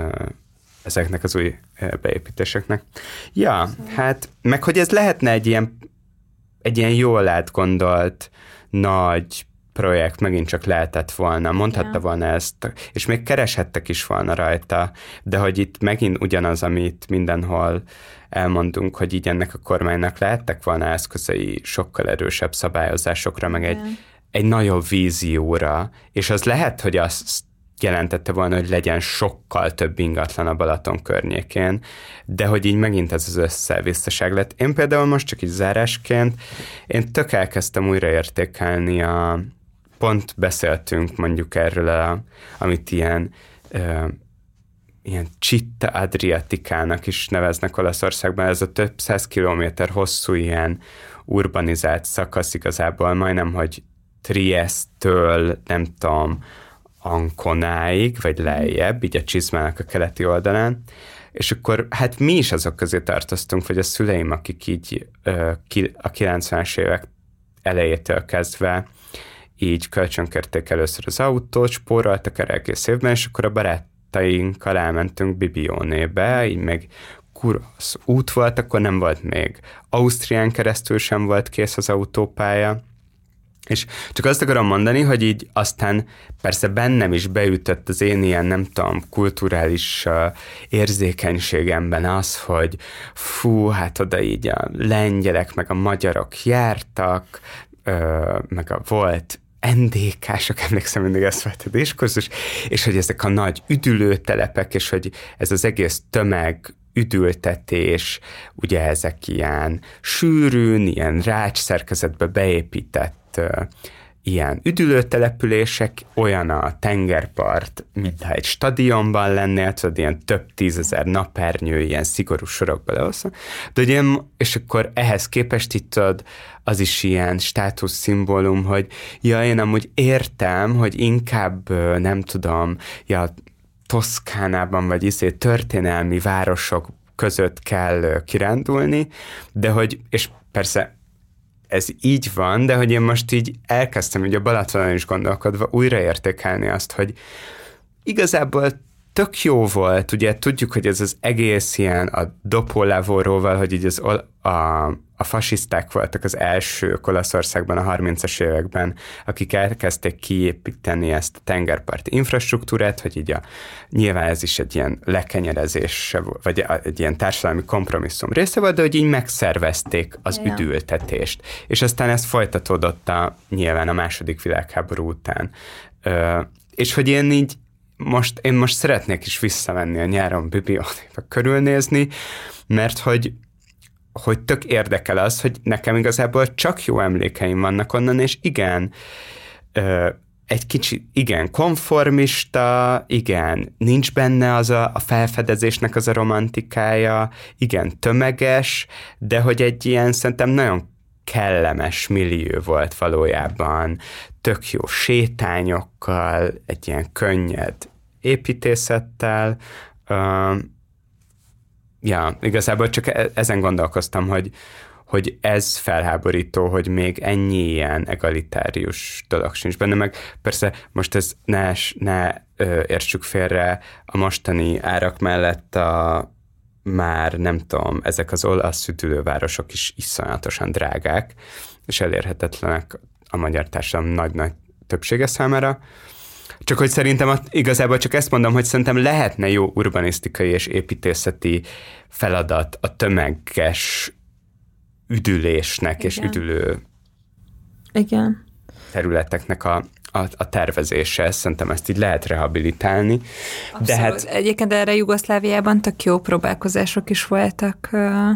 ezeknek az új beépítéseknek. Ja, szóval. hát meg hogy ez lehetne egy ilyen egy ilyen jól átgondolt nagy projekt, megint csak lehetett volna, mondhatta yeah. volna ezt, és még kereshettek is volna rajta, de hogy itt megint ugyanaz, amit mindenhol elmondunk, hogy így ennek a kormánynak lehettek volna eszközei sokkal erősebb szabályozásokra, meg yeah. egy, egy nagyobb vízióra, és az lehet, hogy azt jelentette volna, hogy legyen sokkal több ingatlan a Balaton környékén, de hogy így megint ez az össze-visszaság lett. Én például most csak így zárásként, én tök elkezdtem újraértékelni a pont beszéltünk mondjuk erről, a, amit ilyen, ö, ilyen Città Adriatikának is neveznek Olaszországban, ez a több száz kilométer hosszú ilyen urbanizált szakasz igazából, majdnem, hogy Trieste-től, nem tudom, Anconáig, vagy lejjebb, így a Csizmának a keleti oldalán, és akkor hát mi is azok közé tartoztunk, vagy a szüleim, akik így ö, ki, a kilencvenes évek elejétől kezdve így kölcsönkérték először az autót, spóroltak el egész évben, és akkor a barátainkkal elmentünk Bibionébe, így meg kurasz út volt, akkor nem volt még Ausztrián keresztül sem volt kész az autópálya, és csak azt akarom mondani, hogy így aztán persze bennem is beütött az én ilyen, nem tudom, kulturális uh, érzékenységemben az, hogy fú, hát oda így a lengyelek meg a magyarok jártak, uh, meg a volt en dé ká-sok, emlékszem mindig ezt volt a diskurzus, és hogy ezek a nagy üdülőtelepek, és hogy ez az egész tömeg üdültetés, ugye ezek ilyen sűrűn, ilyen rács szerkezetbe beépített uh, ilyen üdülőtelepülések, olyan a tengerpart, mintha egy stadionban lennél, tudod, ilyen több tízezer napernyő, ilyen szigorú sorokba leosztva. De ugye, és akkor ehhez képest itt tudod, az is ilyen státuszszimbólum, hogy ja, én amúgy értem, hogy inkább nem tudom, ja, Toszkánában, vagy iszé történelmi városok között kell kirándulni, de hogy, és persze ez így van, de hogy én most így elkezdtem ugye a Balatonon is gondolkodva újraértékelni azt, hogy igazából tök jó volt, ugye tudjuk, hogy ez az egész ilyen a Dopolevoróval, hogy így az, a, a fasiszták voltak az elsők Olaszországban a harmincas években, akik elkezdték kiépíteni ezt a tengerparti infrastruktúrát, hogy így a, nyilván ez is egy ilyen lekenyerezés, vagy egy ilyen társadalmi kompromisszum része volt, de hogy így megszervezték az ja. üdültetést. És aztán ez folytatódott a, nyilván a második világháború után. Ö, és hogy én így most, én most szeretnék is visszamenni a nyáron Bibionéba körülnézni, mert hogy hogy tök érdekel az, hogy nekem igazából csak jó emlékeim vannak onnan, és igen, ö, egy kicsi, igen, konformista, igen, nincs benne az a, a felfedezésnek az a romantikája, igen, tömeges, de hogy egy ilyen szerintem nagyon kellemes millió volt valójában, tök jó sétányokkal, egy ilyen könnyed építészettel. Uh, ja, igazából csak ezen gondolkoztam, hogy, hogy ez felháborító, hogy még ennyi ilyen egalitárius dolog sincs benne, meg persze most ez ne, ne ö, értsük félre a mostani árak mellett a már nem tudom, ezek az olasz szüdülővárosok is iszonyatosan drágák, és elérhetetlenek a magyar társadalom nagy-nagy többsége számára. Csak hogy szerintem igazából csak ezt mondom, hogy szerintem lehetne jó urbanisztikai és építészeti feladat a tömeges üdülésnek Igen. és üdülő Igen. területeknek a A, a tervezése, szerintem ezt így lehet rehabilitálni. Abszolút. De hát... Egyébként erre Jugoszláviában tök jó próbálkozások is voltak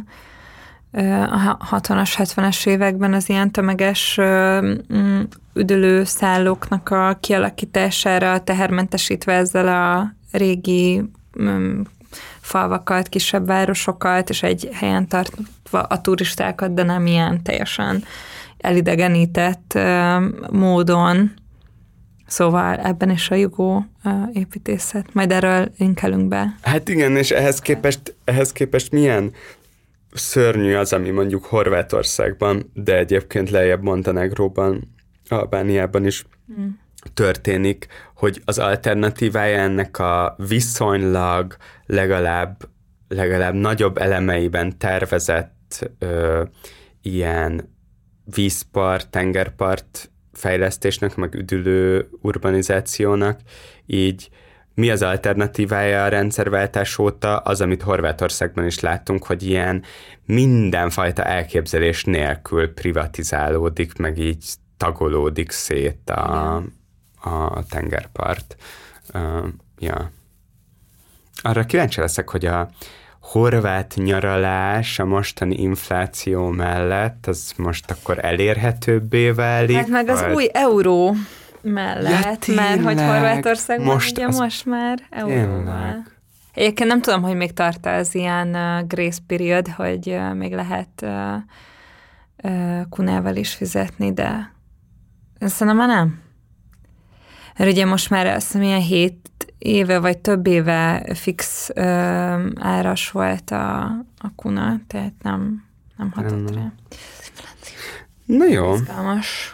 a hatvanas, hetvenes években az ilyen tömeges üdülőszállóknak a kialakítására, tehermentesítve ezzel a régi falvakat, kisebb városokat, és egy helyen tartva a turistákat, de nem ilyen teljesen elidegenített módon. Szóval ebben is a jugó építészet. Majd erről linkelünk be. Hát igen, és ehhez képest, ehhez képest milyen szörnyű az, ami mondjuk Horvátországban, de egyébként lejjebb Montenegróban, Albániában is mm. történik, hogy az alternatívája ennek a viszonylag legalább, legalább nagyobb elemeiben tervezett ö, ilyen vízpart, tengerpart fejlesztésnek, meg üdülő urbanizációnak, így mi az alternatívája a rendszerváltás óta? Az, amit Horvátországban is láttunk, hogy ilyen mindenfajta elképzelés nélkül privatizálódik, meg így tagolódik szét a, a tengerpart. Uh, ja. Arra kíváncsi leszek, hogy a horvát nyaralás a mostani infláció mellett, az most akkor elérhetőbbé válik? Hát meg az vagy... új euró mellett, ja, mert hogy Horvátországban most ugye az... most már euróval. Egyébként nem tudom, hogy még tart az ilyen uh, grace period, hogy uh, még lehet uh, uh, kunával is fizetni, de szerintem már nem. Mert ugye most már azt hiszem ilyen hét éve, vagy több éve fix uh, áras volt a, a kuna, tehát nem, nem hatott nem. rá. Na jó. Izgalmas.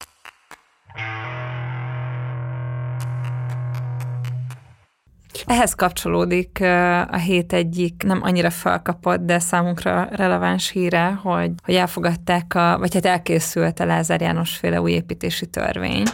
Ehhez kapcsolódik a hét egyik nem annyira felkapott, de számunkra releváns híre, hogy, hogy elfogadták, a, vagy hát elkészült a Lázár János féle új építési törvény.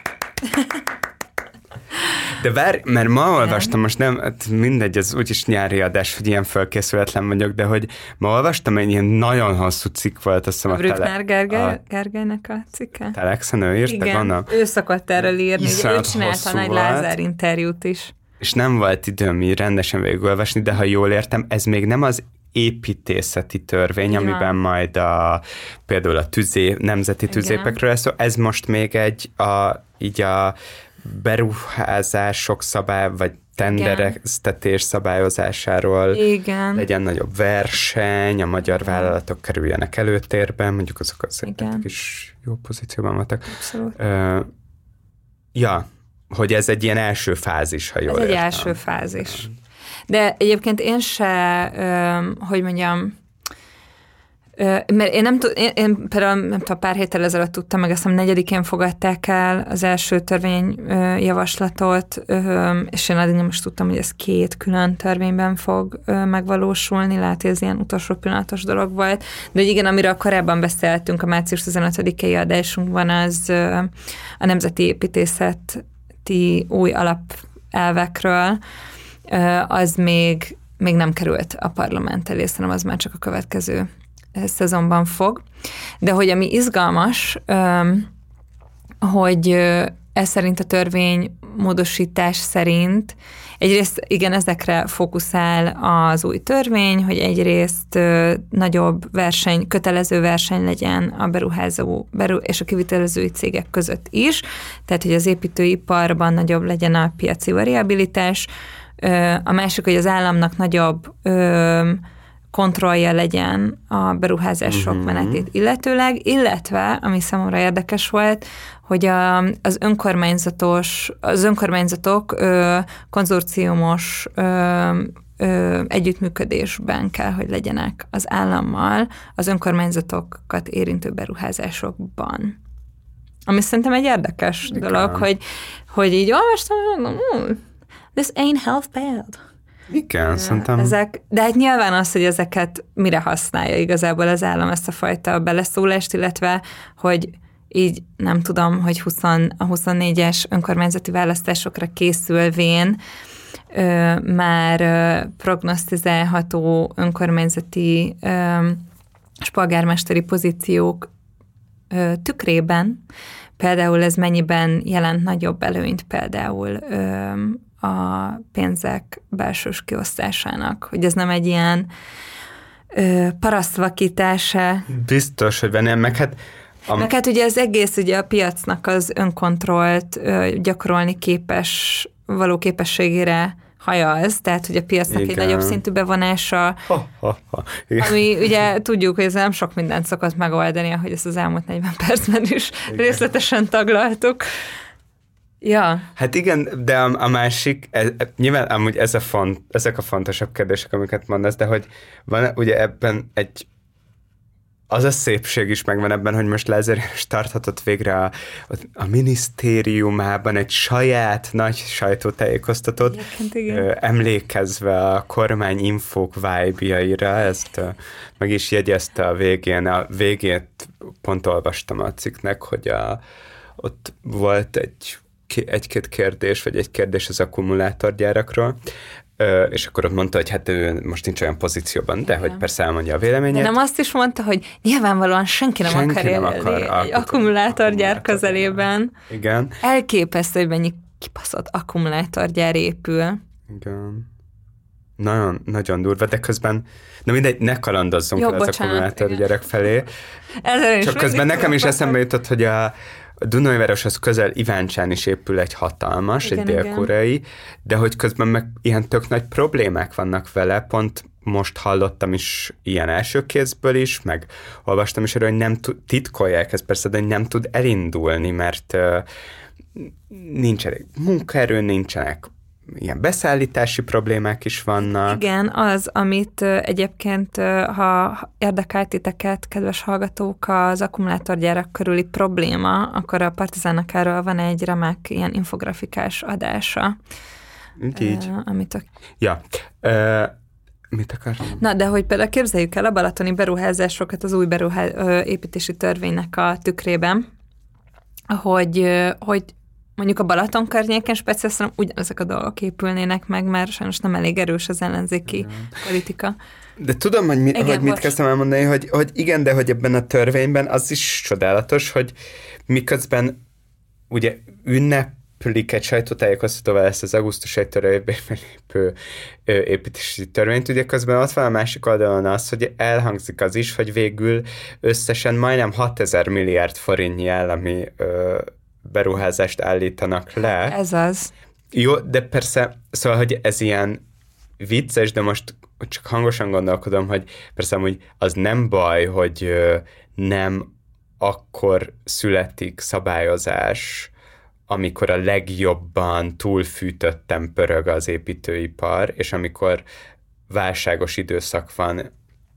De várj, mert ma olvastam, most nem, mindegy, ez úgyis nyári adás, hogy ilyen fölkészületlen vagyok, de hogy ma olvastam, egy ilyen nagyon hosszú cikk volt, azt hiszem a Brückner Gergely, Gergelynek a cikke. Telexen ő írta, igen, gondolom. ő szokott erről írni, ő csinálta nagy Lázár interjút is. És nem volt időm így rendesen végigolvasni, de ha jól értem, ez még nem az építészeti törvény, ja. amiben majd a, például a tüzé, nemzeti tüzépekről lesz szó, ez most még egy a, így a beruházások szabály, vagy tendereztetés szabályozásáról igen. legyen nagyobb verseny, a magyar igen. vállalatok kerüljenek előtérben, mondjuk azok az is jó pozícióban voltak. Abszolút. Uh, ja, hogy ez egy ilyen első fázis, ha jól Ez értem. egy első fázis. De egyébként én se, hogy mondjam, mert én nem tudom, én, én például nem tudom, pár héttel ezelőtt tudtam, meg azt hiszem negyedikén fogadták el az első törvényjavaslatot, és én addig nem is tudtam, hogy ez két külön törvényben fog megvalósulni, lehet, hogy ez ilyen utolsó pillanatos dolog volt, de hogy igen, amiről korábban beszéltünk a március tizenötödikei adásunkban, az a nemzeti építészeti új alapelvekről, az még, még nem került a parlament elé, szerintem az már csak a következő szezonban fog. De hogy ami izgalmas, hogy ez szerint a törvény módosítás szerint egyrészt igen, ezekre fókuszál az új törvény, hogy egyrészt nagyobb verseny, kötelező verseny legyen a beruházó beru- és a kivitelezői cégek között is, tehát hogy az építőiparban nagyobb legyen a piaci variabilitás. A másik, hogy az államnak nagyobb kontrollja legyen a beruházások uh-huh. menetét illetőleg, illetve, ami számomra érdekes volt, hogy a, az önkormányzatos, az önkormányzatok ö, konzorciumos ö, ö, együttműködésben kell, hogy legyenek az állammal az önkormányzatokat érintő beruházásokban. Ami szerintem egy érdekes Igen. dolog, hogy, hogy így olvastam, mondom, this ain't half bad. Igen, szerintem. Ezek, de hát nyilván az, hogy ezeket mire használja igazából az állam ezt a fajta beleszólást, illetve, hogy így nem tudom, hogy húsz, a huszonnégyes önkormányzati választásokra készülvén ö, már ö, prognosztizálható önkormányzati ö, spolgármesteri pozíciók ö, tükrében, például ez mennyiben jelent nagyobb előnyt például ö, a pénzek belsős kiosztásának, hogy ez nem egy ilyen ö, parasztvakítása. Biztos, hogy benne, meg hát... A... Meg hát ugye az egész ugye a piacnak az önkontrollt ö, gyakorolni képes, való képességére hajaz, tehát hogy a piacnak igen. egy nagyobb szintű bevonása, ha, ha, ha. ami ugye tudjuk, hogy ez nem sok mindent szokott megoldani, ahogy ezt az elmúlt negyven percben is igen. részletesen taglaltuk. Ja. Hát igen, de a, a másik, ez, nyilván amúgy ez a font, ezek a fontosabb kérdések, amiket mondasz, de hogy van ugye ebben egy az a szépség is megvan ebben, hogy most Lázár János tarthatott végre a, a minisztériumában egy saját nagy sajtótájékoztatót, ö, emlékezve a kormány infók vibe-jaira, ezt ö, meg is jegyezte a végén, a végét pont olvastam a cikknek, hogy a, ott volt egy egy-két kérdés, vagy egy kérdés az akkumulátorgyárakról, és akkor ott mondta, hogy hát ő most nincs olyan pozícióban, de igen. hogy persze elmondja a véleményét. De nem azt is mondta, hogy nyilvánvalóan senki nem senki akar nem akar egy akkumulátorgyár közelében. Igen. Elképesztő, hogy mennyi kibaszott akkumulátorgyár épül. Igen. Nagyon, nagyon durva, de közben, na mindegy, ne kalandozzunk Jó, el az akkumulátorgyárak felé. Csak közben nekem is eszembe jutott, hogy a A Dunaújvároshoz közel Iváncsán is épül egy hatalmas, igen, egy dél-koreai, de hogy közben meg ilyen tök nagy problémák vannak vele, pont most hallottam is ilyen első kézből is, meg olvastam is erről, hogy nem tud, titkolják ezt persze, de nem tud elindulni, mert uh, nincs elég munkaerő, nincsenek ilyen beszállítási problémák is vannak. Igen, az, amit egyébként, ha érdekelt titeket, kedves hallgatók, az akkumulátorgyárak körüli probléma, akkor a Partizánnak erről van egy remek ilyen infografikás adása. Így. Uh, amit a... Ja. Uh, mit akartam? Na, de hogy például képzeljük el a balatoni beruházásokat az új beruhá- építési törvénynek a tükrében, hogy, hogy mondjuk a Balaton környéken speciálisan ugyanezek a dolgok épülnének meg, mert sajnos nem elég erős az ellenzéki igen. politika. De tudom, hogy, mi, igen, hogy mit kezdtem elmondani, hogy, hogy igen, de hogy ebben a törvényben az is csodálatos, hogy miközben ugye ünneplik egy sajtótájékoztatóval ezt az augusztus elsejétől érvényben lépő építési törvényt, ugye közben ott van a másik oldalon az, hogy elhangzik az is, hogy végül összesen majdnem hatezer milliárd forintnyi állami ö, beruházást állítanak le. Ez az. Jó, de persze, szóval, hogy ez ilyen vicces, de most csak hangosan gondolkodom, hogy persze hogy az nem baj, hogy nem akkor születik szabályozás, amikor a legjobban túlfűtötten pörög az építőipar, és amikor válságos időszak van,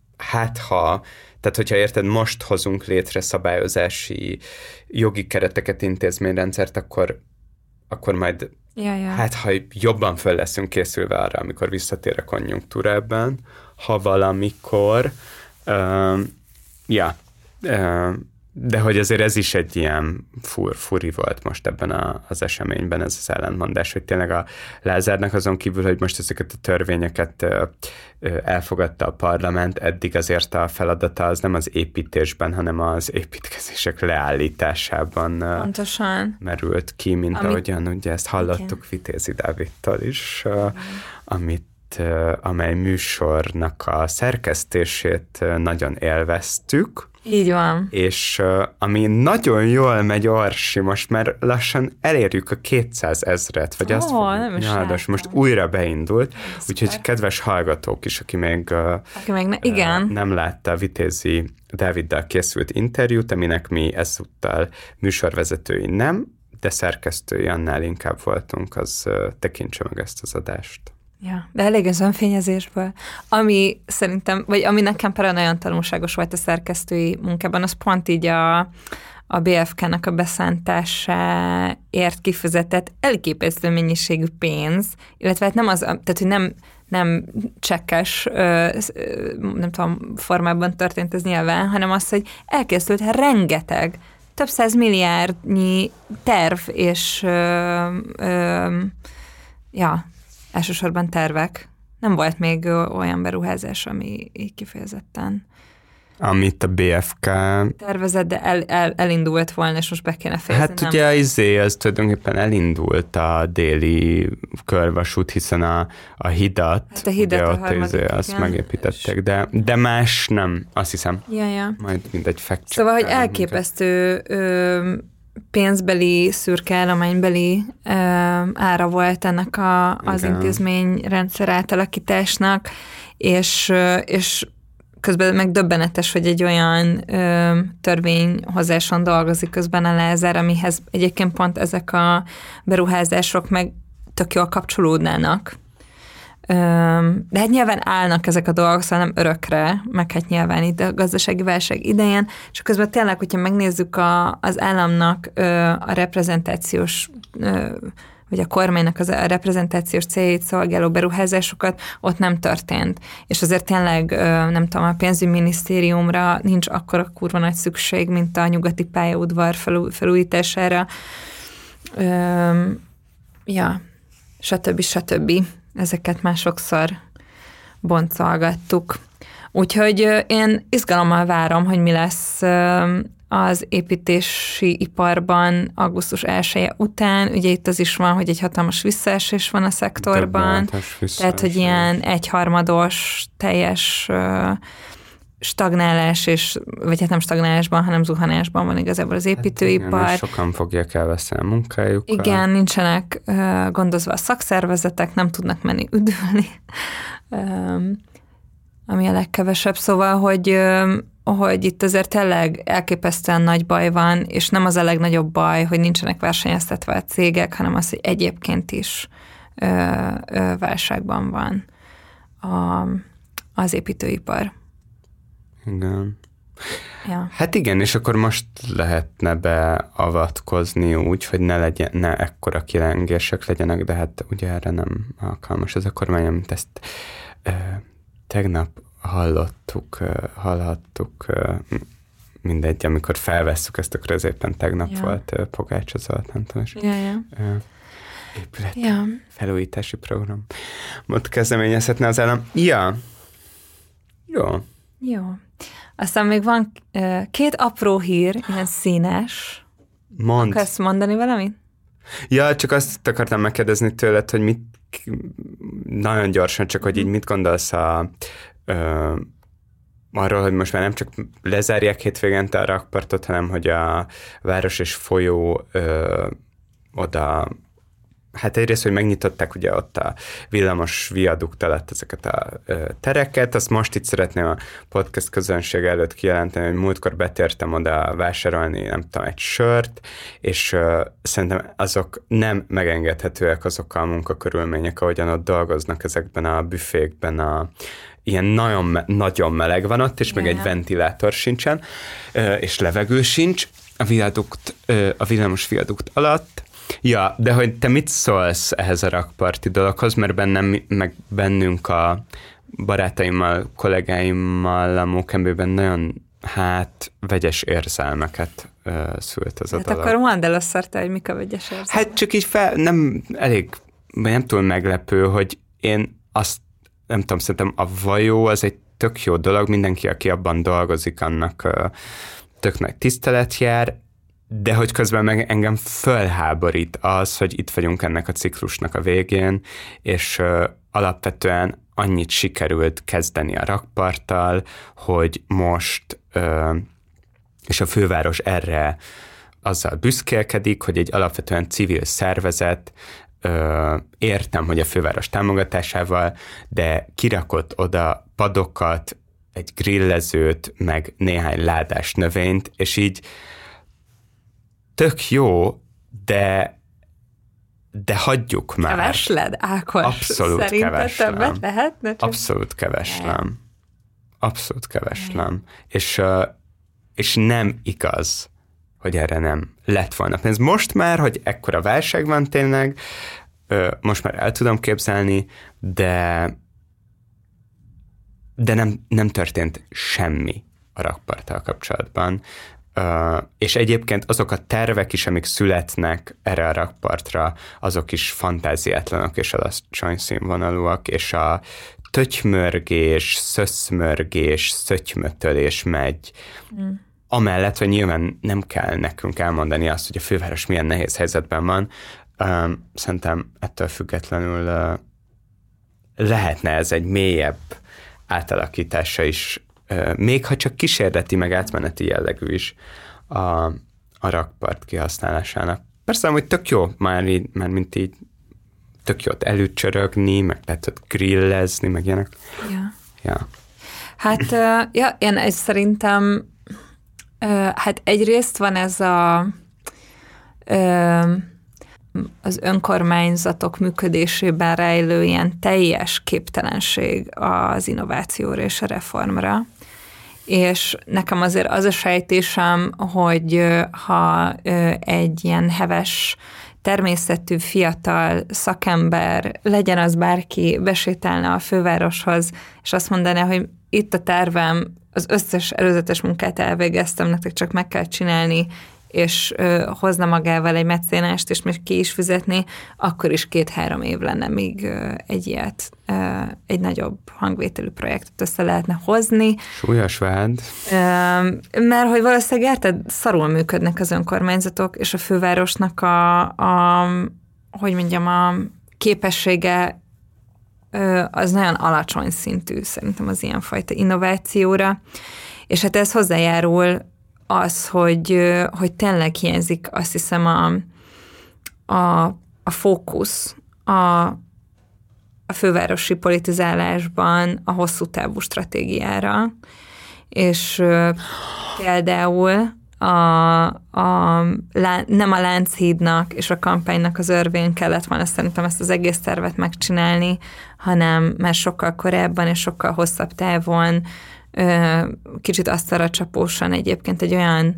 hát ha, tehát hogyha érted, most hozunk létre szabályozási jogi kereteket, intézményrendszert, akkor, akkor majd ja, ja. hát ha jobban föl leszünk készülve arra, amikor visszatér a konjunktúra ebben, ha valamikor, uh, ja, uh, de hogy azért ez is egy ilyen fur, furi volt most ebben a, az eseményben, ez az ellentmondás, hogy tényleg a Lázárnak azon kívül, hogy most ezeket a törvényeket ö, ö, elfogadta a parlament, eddig azért a feladata az nem az építésben, hanem az építkezések leállításában pontosan merült ki, mint amit, ahogyan ugye ezt hallottuk igen. Vitézi Dávidtól is, ö, amit amely műsornak a szerkesztését nagyon élveztük. Így van. És uh, ami nagyon jól megy, Orsi, most már lassan elérjük a kétszázezret, vagy oh, azt fogjuk, nyilvános, most újra beindult, úgyhogy kedves hallgatók is, aki még, uh, aki még ne, igen. Uh, nem látta a Vitézi Dáviddal készült interjút, aminek mi ezúttal műsorvezetői nem, de szerkesztői annál inkább voltunk, az uh, tekintse meg ezt az adást. Ja, de elég az önfényezésből. Ami szerintem, vagy ami nekem például nagyon tanulságos volt a szerkesztői munkában, az pont így a, a bé ef ká-nak a beszántásáért kifizetett elképesztő mennyiségű pénz, illetve hát nem az, tehát hogy nem, nem csekkes, nem tudom, formában történt ez nyilván, hanem az, hogy elkészült rengeteg, több száz milliárdnyi terv és ö, ö, ja, elsősorban tervek. Nem volt még olyan beruházás, ami így kifejezetten amit a bé ef ká tervezett, de el, el, elindult volna, és most be kéne fejezni. Hát nem? Ugye az izé, ez tulajdonképpen elindult a déli körvasút, hiszen a, a hidat, hát a hidat ugye a ott harmadik, izé, azt megépítették, de, de más nem, azt hiszem. Ja, ja. Majd mindegy fact. Szóval, hogy elképesztő ö, pénzbeli, szürke állománybeli ö, ára volt ennek a, az Igen. intézményrendszer átalakításnak, és, és közben meg döbbenetes, hogy egy olyan ö, törvényhozáson dolgozik közben a Lázár, amihez egyébként pont ezek a beruházások meg tök jól kapcsolódnának. Ö, de hát nyilván állnak ezek a dolgok, szóval nem örökre, meg hát nyilván itt a gazdasági válság idején, és közben tényleg, hogyha megnézzük a, az államnak ö, a reprezentációs ö, vagy a kormánynak az a reprezentációs céljait szolgáló beruházásokat, ott nem történt. És azért tényleg, nem tudom, a pénzügyminisztériumra nincs akkora kurva nagy szükség, mint a nyugati pályaudvar felújítására. Üm, ja, stb. stb. Ezeket már sokszor boncolgattuk. Úgyhogy én izgalommal várom, hogy mi lesz az építési iparban augusztus elseje után. Ugye itt az is van, hogy egy hatalmas visszaesés van a szektorban. Tehát, hogy ilyen egyharmados teljes stagnálás, és, vagy hát nem stagnálásban, hanem zuhanásban van igazából az építőipar. Hát igen, sokan fogják elveszteni a munkájukkal. Igen, nincsenek gondozva a szakszervezetek, nem tudnak menni üdülni, ami a legkevesebb. Szóval, hogy hogy itt azért tényleg elképesztően nagy baj van, és nem az a legnagyobb baj, hogy nincsenek versenyeztetve a cégek, hanem az, hogy egyébként is ö, ö, válságban van a, az építőipar. Igen. Ja. Hát igen, és akkor most lehetne beavatkozni úgy, hogy ne legyen, ne ekkora kilengések legyenek, de hát ugye erre nem alkalmas ez a kormány, amit ezt ö, tegnap hallottuk, hallhattuk, mindegy, amikor felvesszük ezt, akkor ez éppen tegnap ja. volt Pogácsa Zoltántól, és ja, ja. épület ja. felújítási program. Ott kezdeményezhetne az állam. Ja. Jó. Jó. Aztán még van két apró hír, ilyen színes. Mondd. Akarsz mondani valamit? Ja, csak azt akartam megkérdezni tőled, hogy mit nagyon gyorsan, csak hogy így mit gondolsz a Ö, arról, hogy most már nem csak lezárják hétvégente a rakpartot, hanem hogy a város és folyó ö, oda, hát egyrészt, hogy megnyitották ugye ott a villamos viadukt alatt ezeket a ö, tereket, azt most itt szeretném a podcast közönség előtt kijelenteni, hogy múltkor betértem oda vásárolni, nem tudom, egy sört, és ö, szerintem azok nem megengedhetőek azok a munkakörülmények, ahogyan ott dolgoznak ezekben a büfékben, a ilyen nagyon, nagyon meleg van ott, és yeah. meg egy ventilátor sincsen, és levegő sincs a viadukt, a villamos viadukt alatt. Ja, de hogy te mit szólsz ehhez a rakparti dologhoz, mert bennem, meg bennünk a barátaimmal, kollégáimmal a Mókembőben nagyon, hát, vegyes érzelmeket szült ez a hát dolog. akkor mondd el azt, hogy mik a vegyes érzelmek. Hát csak így fel, nem elég, nem túl meglepő, hogy én azt nem tudom, szerintem a vajó az egy tök jó dolog, mindenki, aki abban dolgozik, annak uh, tök nagy tisztelet jár, de hogy közben meg engem fölháborít az, hogy itt vagyunk ennek a ciklusnak a végén, és uh, alapvetően annyit sikerült kezdeni a rakparttal, hogy most, uh, és a főváros erre azzal büszkélkedik, hogy egy alapvetően civil szervezet, Ö, értem, hogy a főváros támogatásával, de kirakott oda padokat, egy grillezőt, meg néhány ládás növényt, és így tök jó, de de hagyjuk már. Kevesled, Ákos? Abszolút Szerinted keveslem. többet lehetne? Csak... Abszolút keveslem. Abszolút keveslem. És, és nem igaz, hogy erre nem lett volna pénz. Most már, hogy ekkora válság van tényleg, most már el tudom képzelni, de de nem, nem történt semmi a rakparttal kapcsolatban. És egyébként azok a tervek is, amik születnek erre a rakpartra, azok is fantáziátlanok és alacsony színvonalúak, és a tötymörgés, szöszmörgés, szötymötölés megy. Mm. Amellett, hogy nyilván nem kell nekünk elmondani azt, hogy a főváros milyen nehéz helyzetben van, um, szerintem ettől függetlenül uh, lehetne ez egy mélyebb átalakítása is, uh, még ha csak kísérleti, meg átmeneti jellegű is a, a rakpart kihasználásának. Persze, hogy tök jó, már, így, már mint így tök jót előcsörögni, meg lehet ott grillezni, meg ilyenek. Ja. Ja. Hát, uh, ja, én egy szerintem, uh, hát egyrészt van ez a uh, az önkormányzatok működésében rejlő ilyen teljes képtelenség az innovációra és a reformra. És nekem azért az a sejtésem, hogy ha egy ilyen heves, természetű, fiatal szakember, legyen az bárki, besétálna a fővároshoz, és azt mondaná, hogy itt a tervem, az összes előzetes munkát elvégeztem, nektek csak meg kell csinálni, és ö, hozna magával egy mecénást, és még ki is fizetni, akkor is két-három év lenne, míg ö, egy ilyet, ö, egy nagyobb hangvételű projektet össze lehetne hozni. Súlyos vád. Ö, mert hogy valószínűleg érted, szarul működnek az önkormányzatok, és a fővárosnak a, a hogy mondjam, a képessége ö, az nagyon alacsony szintű, szerintem az ilyenfajta innovációra, és hát ez hozzájárul az, hogy, hogy tényleg hiányzik, azt hiszem, a, a, a fókusz a, a fővárosi politizálásban a hosszú távú stratégiára, és például a, a, nem a Lánchídnak és a kampánynak az örvén kellett volna szerintem ezt az egész tervet megcsinálni, hanem már sokkal korábban és sokkal hosszabb távon, kicsit asztalra csapósan egyébként egy olyan,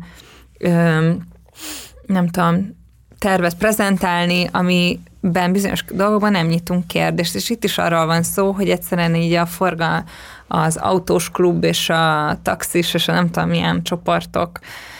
nem tudom, tervet prezentálni, amiben bizonyos dolgokban nem nyitunk kérdést, és itt is arról van szó, hogy egyszerűen így a forgal, az autós klub és a taxis és a nem tudom milyen csoportok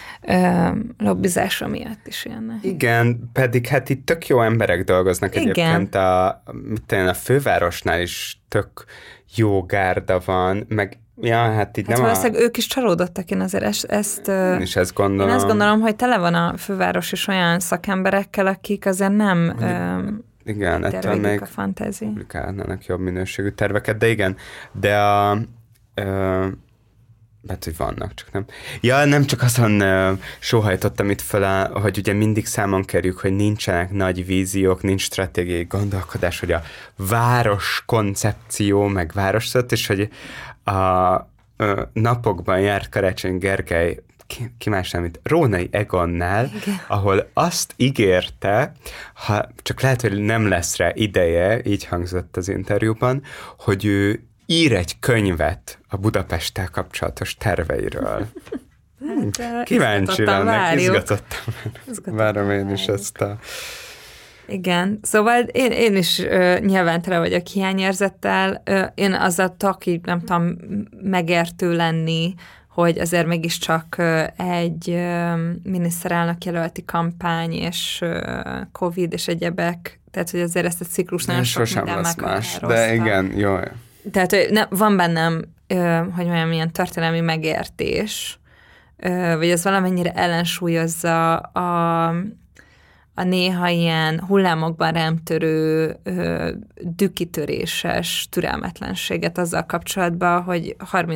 lobbizása miatt is ilyen. Igen, pedig hát itt tök jó emberek dolgoznak. Igen. Egyébként a, mit a fővárosnál is tök jó gárda van, meg ja, hát így hát nem valószínűleg a... ők is csalódottak, én azért ezt, ezt én is ezt gondolom. Én azt gondolom, hogy tele van a főváros is olyan szakemberekkel, akik azért nem igen, ettől még a fantázi. Publikálnának jobb minőségű terveket, de igen, de a ö, hát, hogy vannak, csak nem. Ja, nem csak azon uh, sóhajtottam itt fel, hogy ugye mindig számon kerüljük, hogy nincsenek nagy víziók, nincs stratégiai gondolkodás, hogy a város koncepció, meg városszat, és hogy a uh, napokban járt Karácsony Gergely, ki, ki más nem, mint Rónai Egonnál, igen. Ahol azt ígérte, ha csak lehet, hogy nem lesz rá ideje, így hangzott az interjúban, hogy ő ír egy könyvet a Budapesttel kapcsolatos terveiről. Hát, kíváncsi lennek, izgatottam. Várom én is ezt a... Igen, szóval én, én is uh, nyilván tele vagyok hiányérzettel. Uh, én azzal tudok így, nem tudom, megértő lenni, hogy azért mégiscsak uh, egy uh, miniszterelnök jelölti kampány és uh, Covid és egyebek, tehát hogy azért ezt a ciklus nagyon sok minden meghatározta. De igen, jó. Tehát hogy ne, van bennem, ö, hogy olyan ilyen történelmi megértés, ö, vagy ez valamennyire ellensúlyozza a, a néha ilyen hullámokban rámtörő, ö, dükitöréses türelmetlenséget azzal kapcsolatban, hogy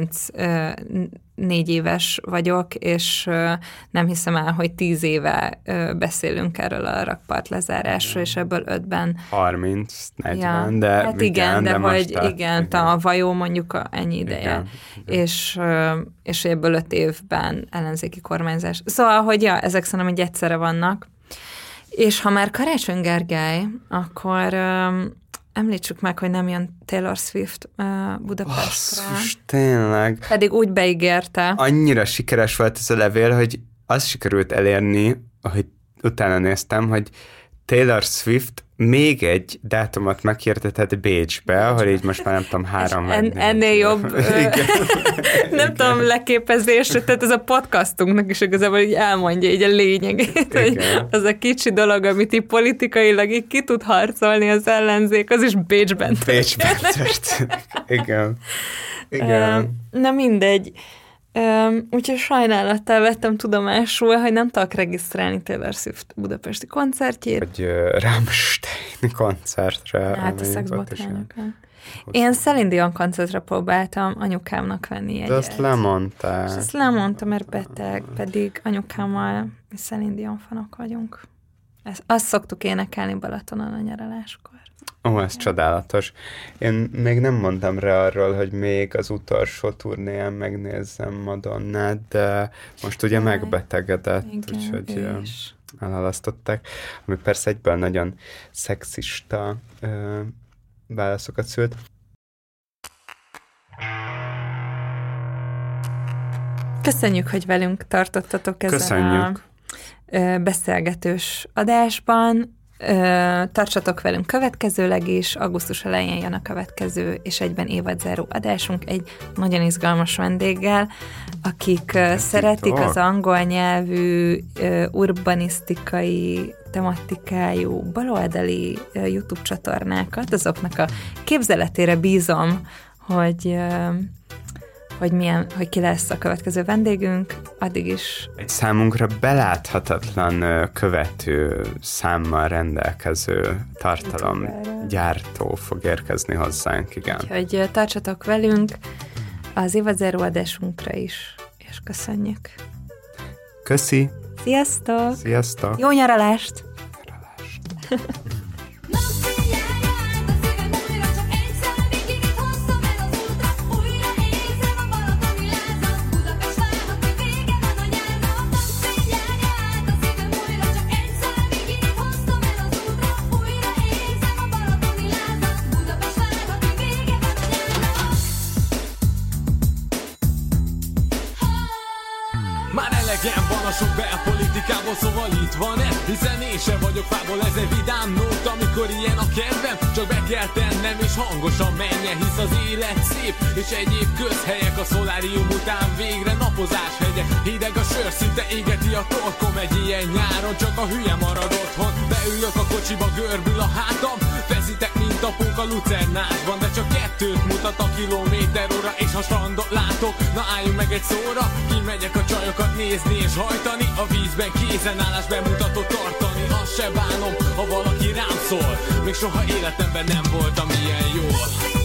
harmincnégy éves vagyok, és ö, nem hiszem el, hogy tíz éve ö, beszélünk erről a rakpart lezárásról, és ebből ötben... harminc negyven, ja, de... Hát igen, igen de, de hogy a, igen, igen. a vajó mondjuk a, ennyi ideje, igen, igen. És, és ebből öt évben ellenzéki kormányzás. Szóval, hogy ja, ezek szerintem így egyszerre vannak. És ha már Karácsony Gergely, akkor um, említsük meg, hogy nem jön Taylor Swift uh, Budapestre. Basszus, tényleg. Pedig úgy beígérte. Annyira sikeres volt ez a levél, hogy azt sikerült elérni, ahogy utána néztem, hogy Taylor Swift még egy dátumot meghirdetett Bécsbe, ahol így most már nem tudom, három en, Ennél jobb nem tudom, leképezés, tehát ez a podcastunknak is igazából így elmondja így a lényegét, hogy az a kicsi dolog, amit így politikailag így ki tud harcolni az ellenzék, az is Bécsben történik. Bécsben történik. Igen. Igen. Na mindegy. Um, úgyhogy sajnálattal vettem tudomásul, hogy nem tudok regisztrálni Taylor Swift budapesti koncertjét. Vagy uh, Rammstein koncertre. Hát a szexbotrányokon. Én Celine Dion koncertre próbáltam anyukámnak venni egyet. De azt lemondtál. És azt lemondtam, mert beteg, pedig anyukámmal mi Celine Dion fanok vagyunk. Ezt, azt szoktuk énekelni Balatonon a nyaraláskor. Ó, ez csodálatos. Én még nem mondtam rá arról, hogy még az utolsó turnéján megnézzem Madonnát, de most ugye Jaj, megbetegedett, igen, úgyhogy elhalasztották, ami persze egyből nagyon szexista ö, válaszokat szült. Köszönjük, hogy velünk tartottatok ezen Köszönjük. a beszélgetős adásban. Tartsatok velünk következőleg is, augusztus elején jön a következő, és egyben évadzáró adásunk egy nagyon izgalmas vendéggel, akik Ez szeretik itt az angol nyelvű, urbanisztikai tematikájú, baloldali YouTube csatornákat, azoknak a képzeletére bízom, hogy hogy milyen, hogy ki lesz a következő vendégünk, addig is. Egy számunkra beláthatatlan követő számmal rendelkező tartalomgyártó fog érkezni hozzánk, igen. Úgyhogy tartsatok velünk az évadzáró adásunkra is, és köszönjük. Köszi! Sziasztok! Sziasztok! Jó nyaralást! Nyaralást! Elegem van a sok belpolitikából, szóval itt van ez, hiszen én sem vagyok fából, ez egy vidám nóta, amikor ilyen a kedvem, csak be kell tennem és hangosan menjen, hisz az élet szép, és egyéb közhelyek a szolárium után végre napozás hegyek, hideg a sör, szinte égeti a torkom egy ilyen nyáron, csak a hülye marad otthon, beülök a kocsiba, görbül a hátam, feszítek, mint a pók a lucernásban, de csak kettőt mutat a kilométer óra, és ha strandot látok, na álljunk meg egy szóra, kimegyek a csajokat nézni és hajtani, a vízben kézenállás bemutatót tartani, azt se bánom, ha valaki rám szól, még soha életemben nem voltam ilyen jól.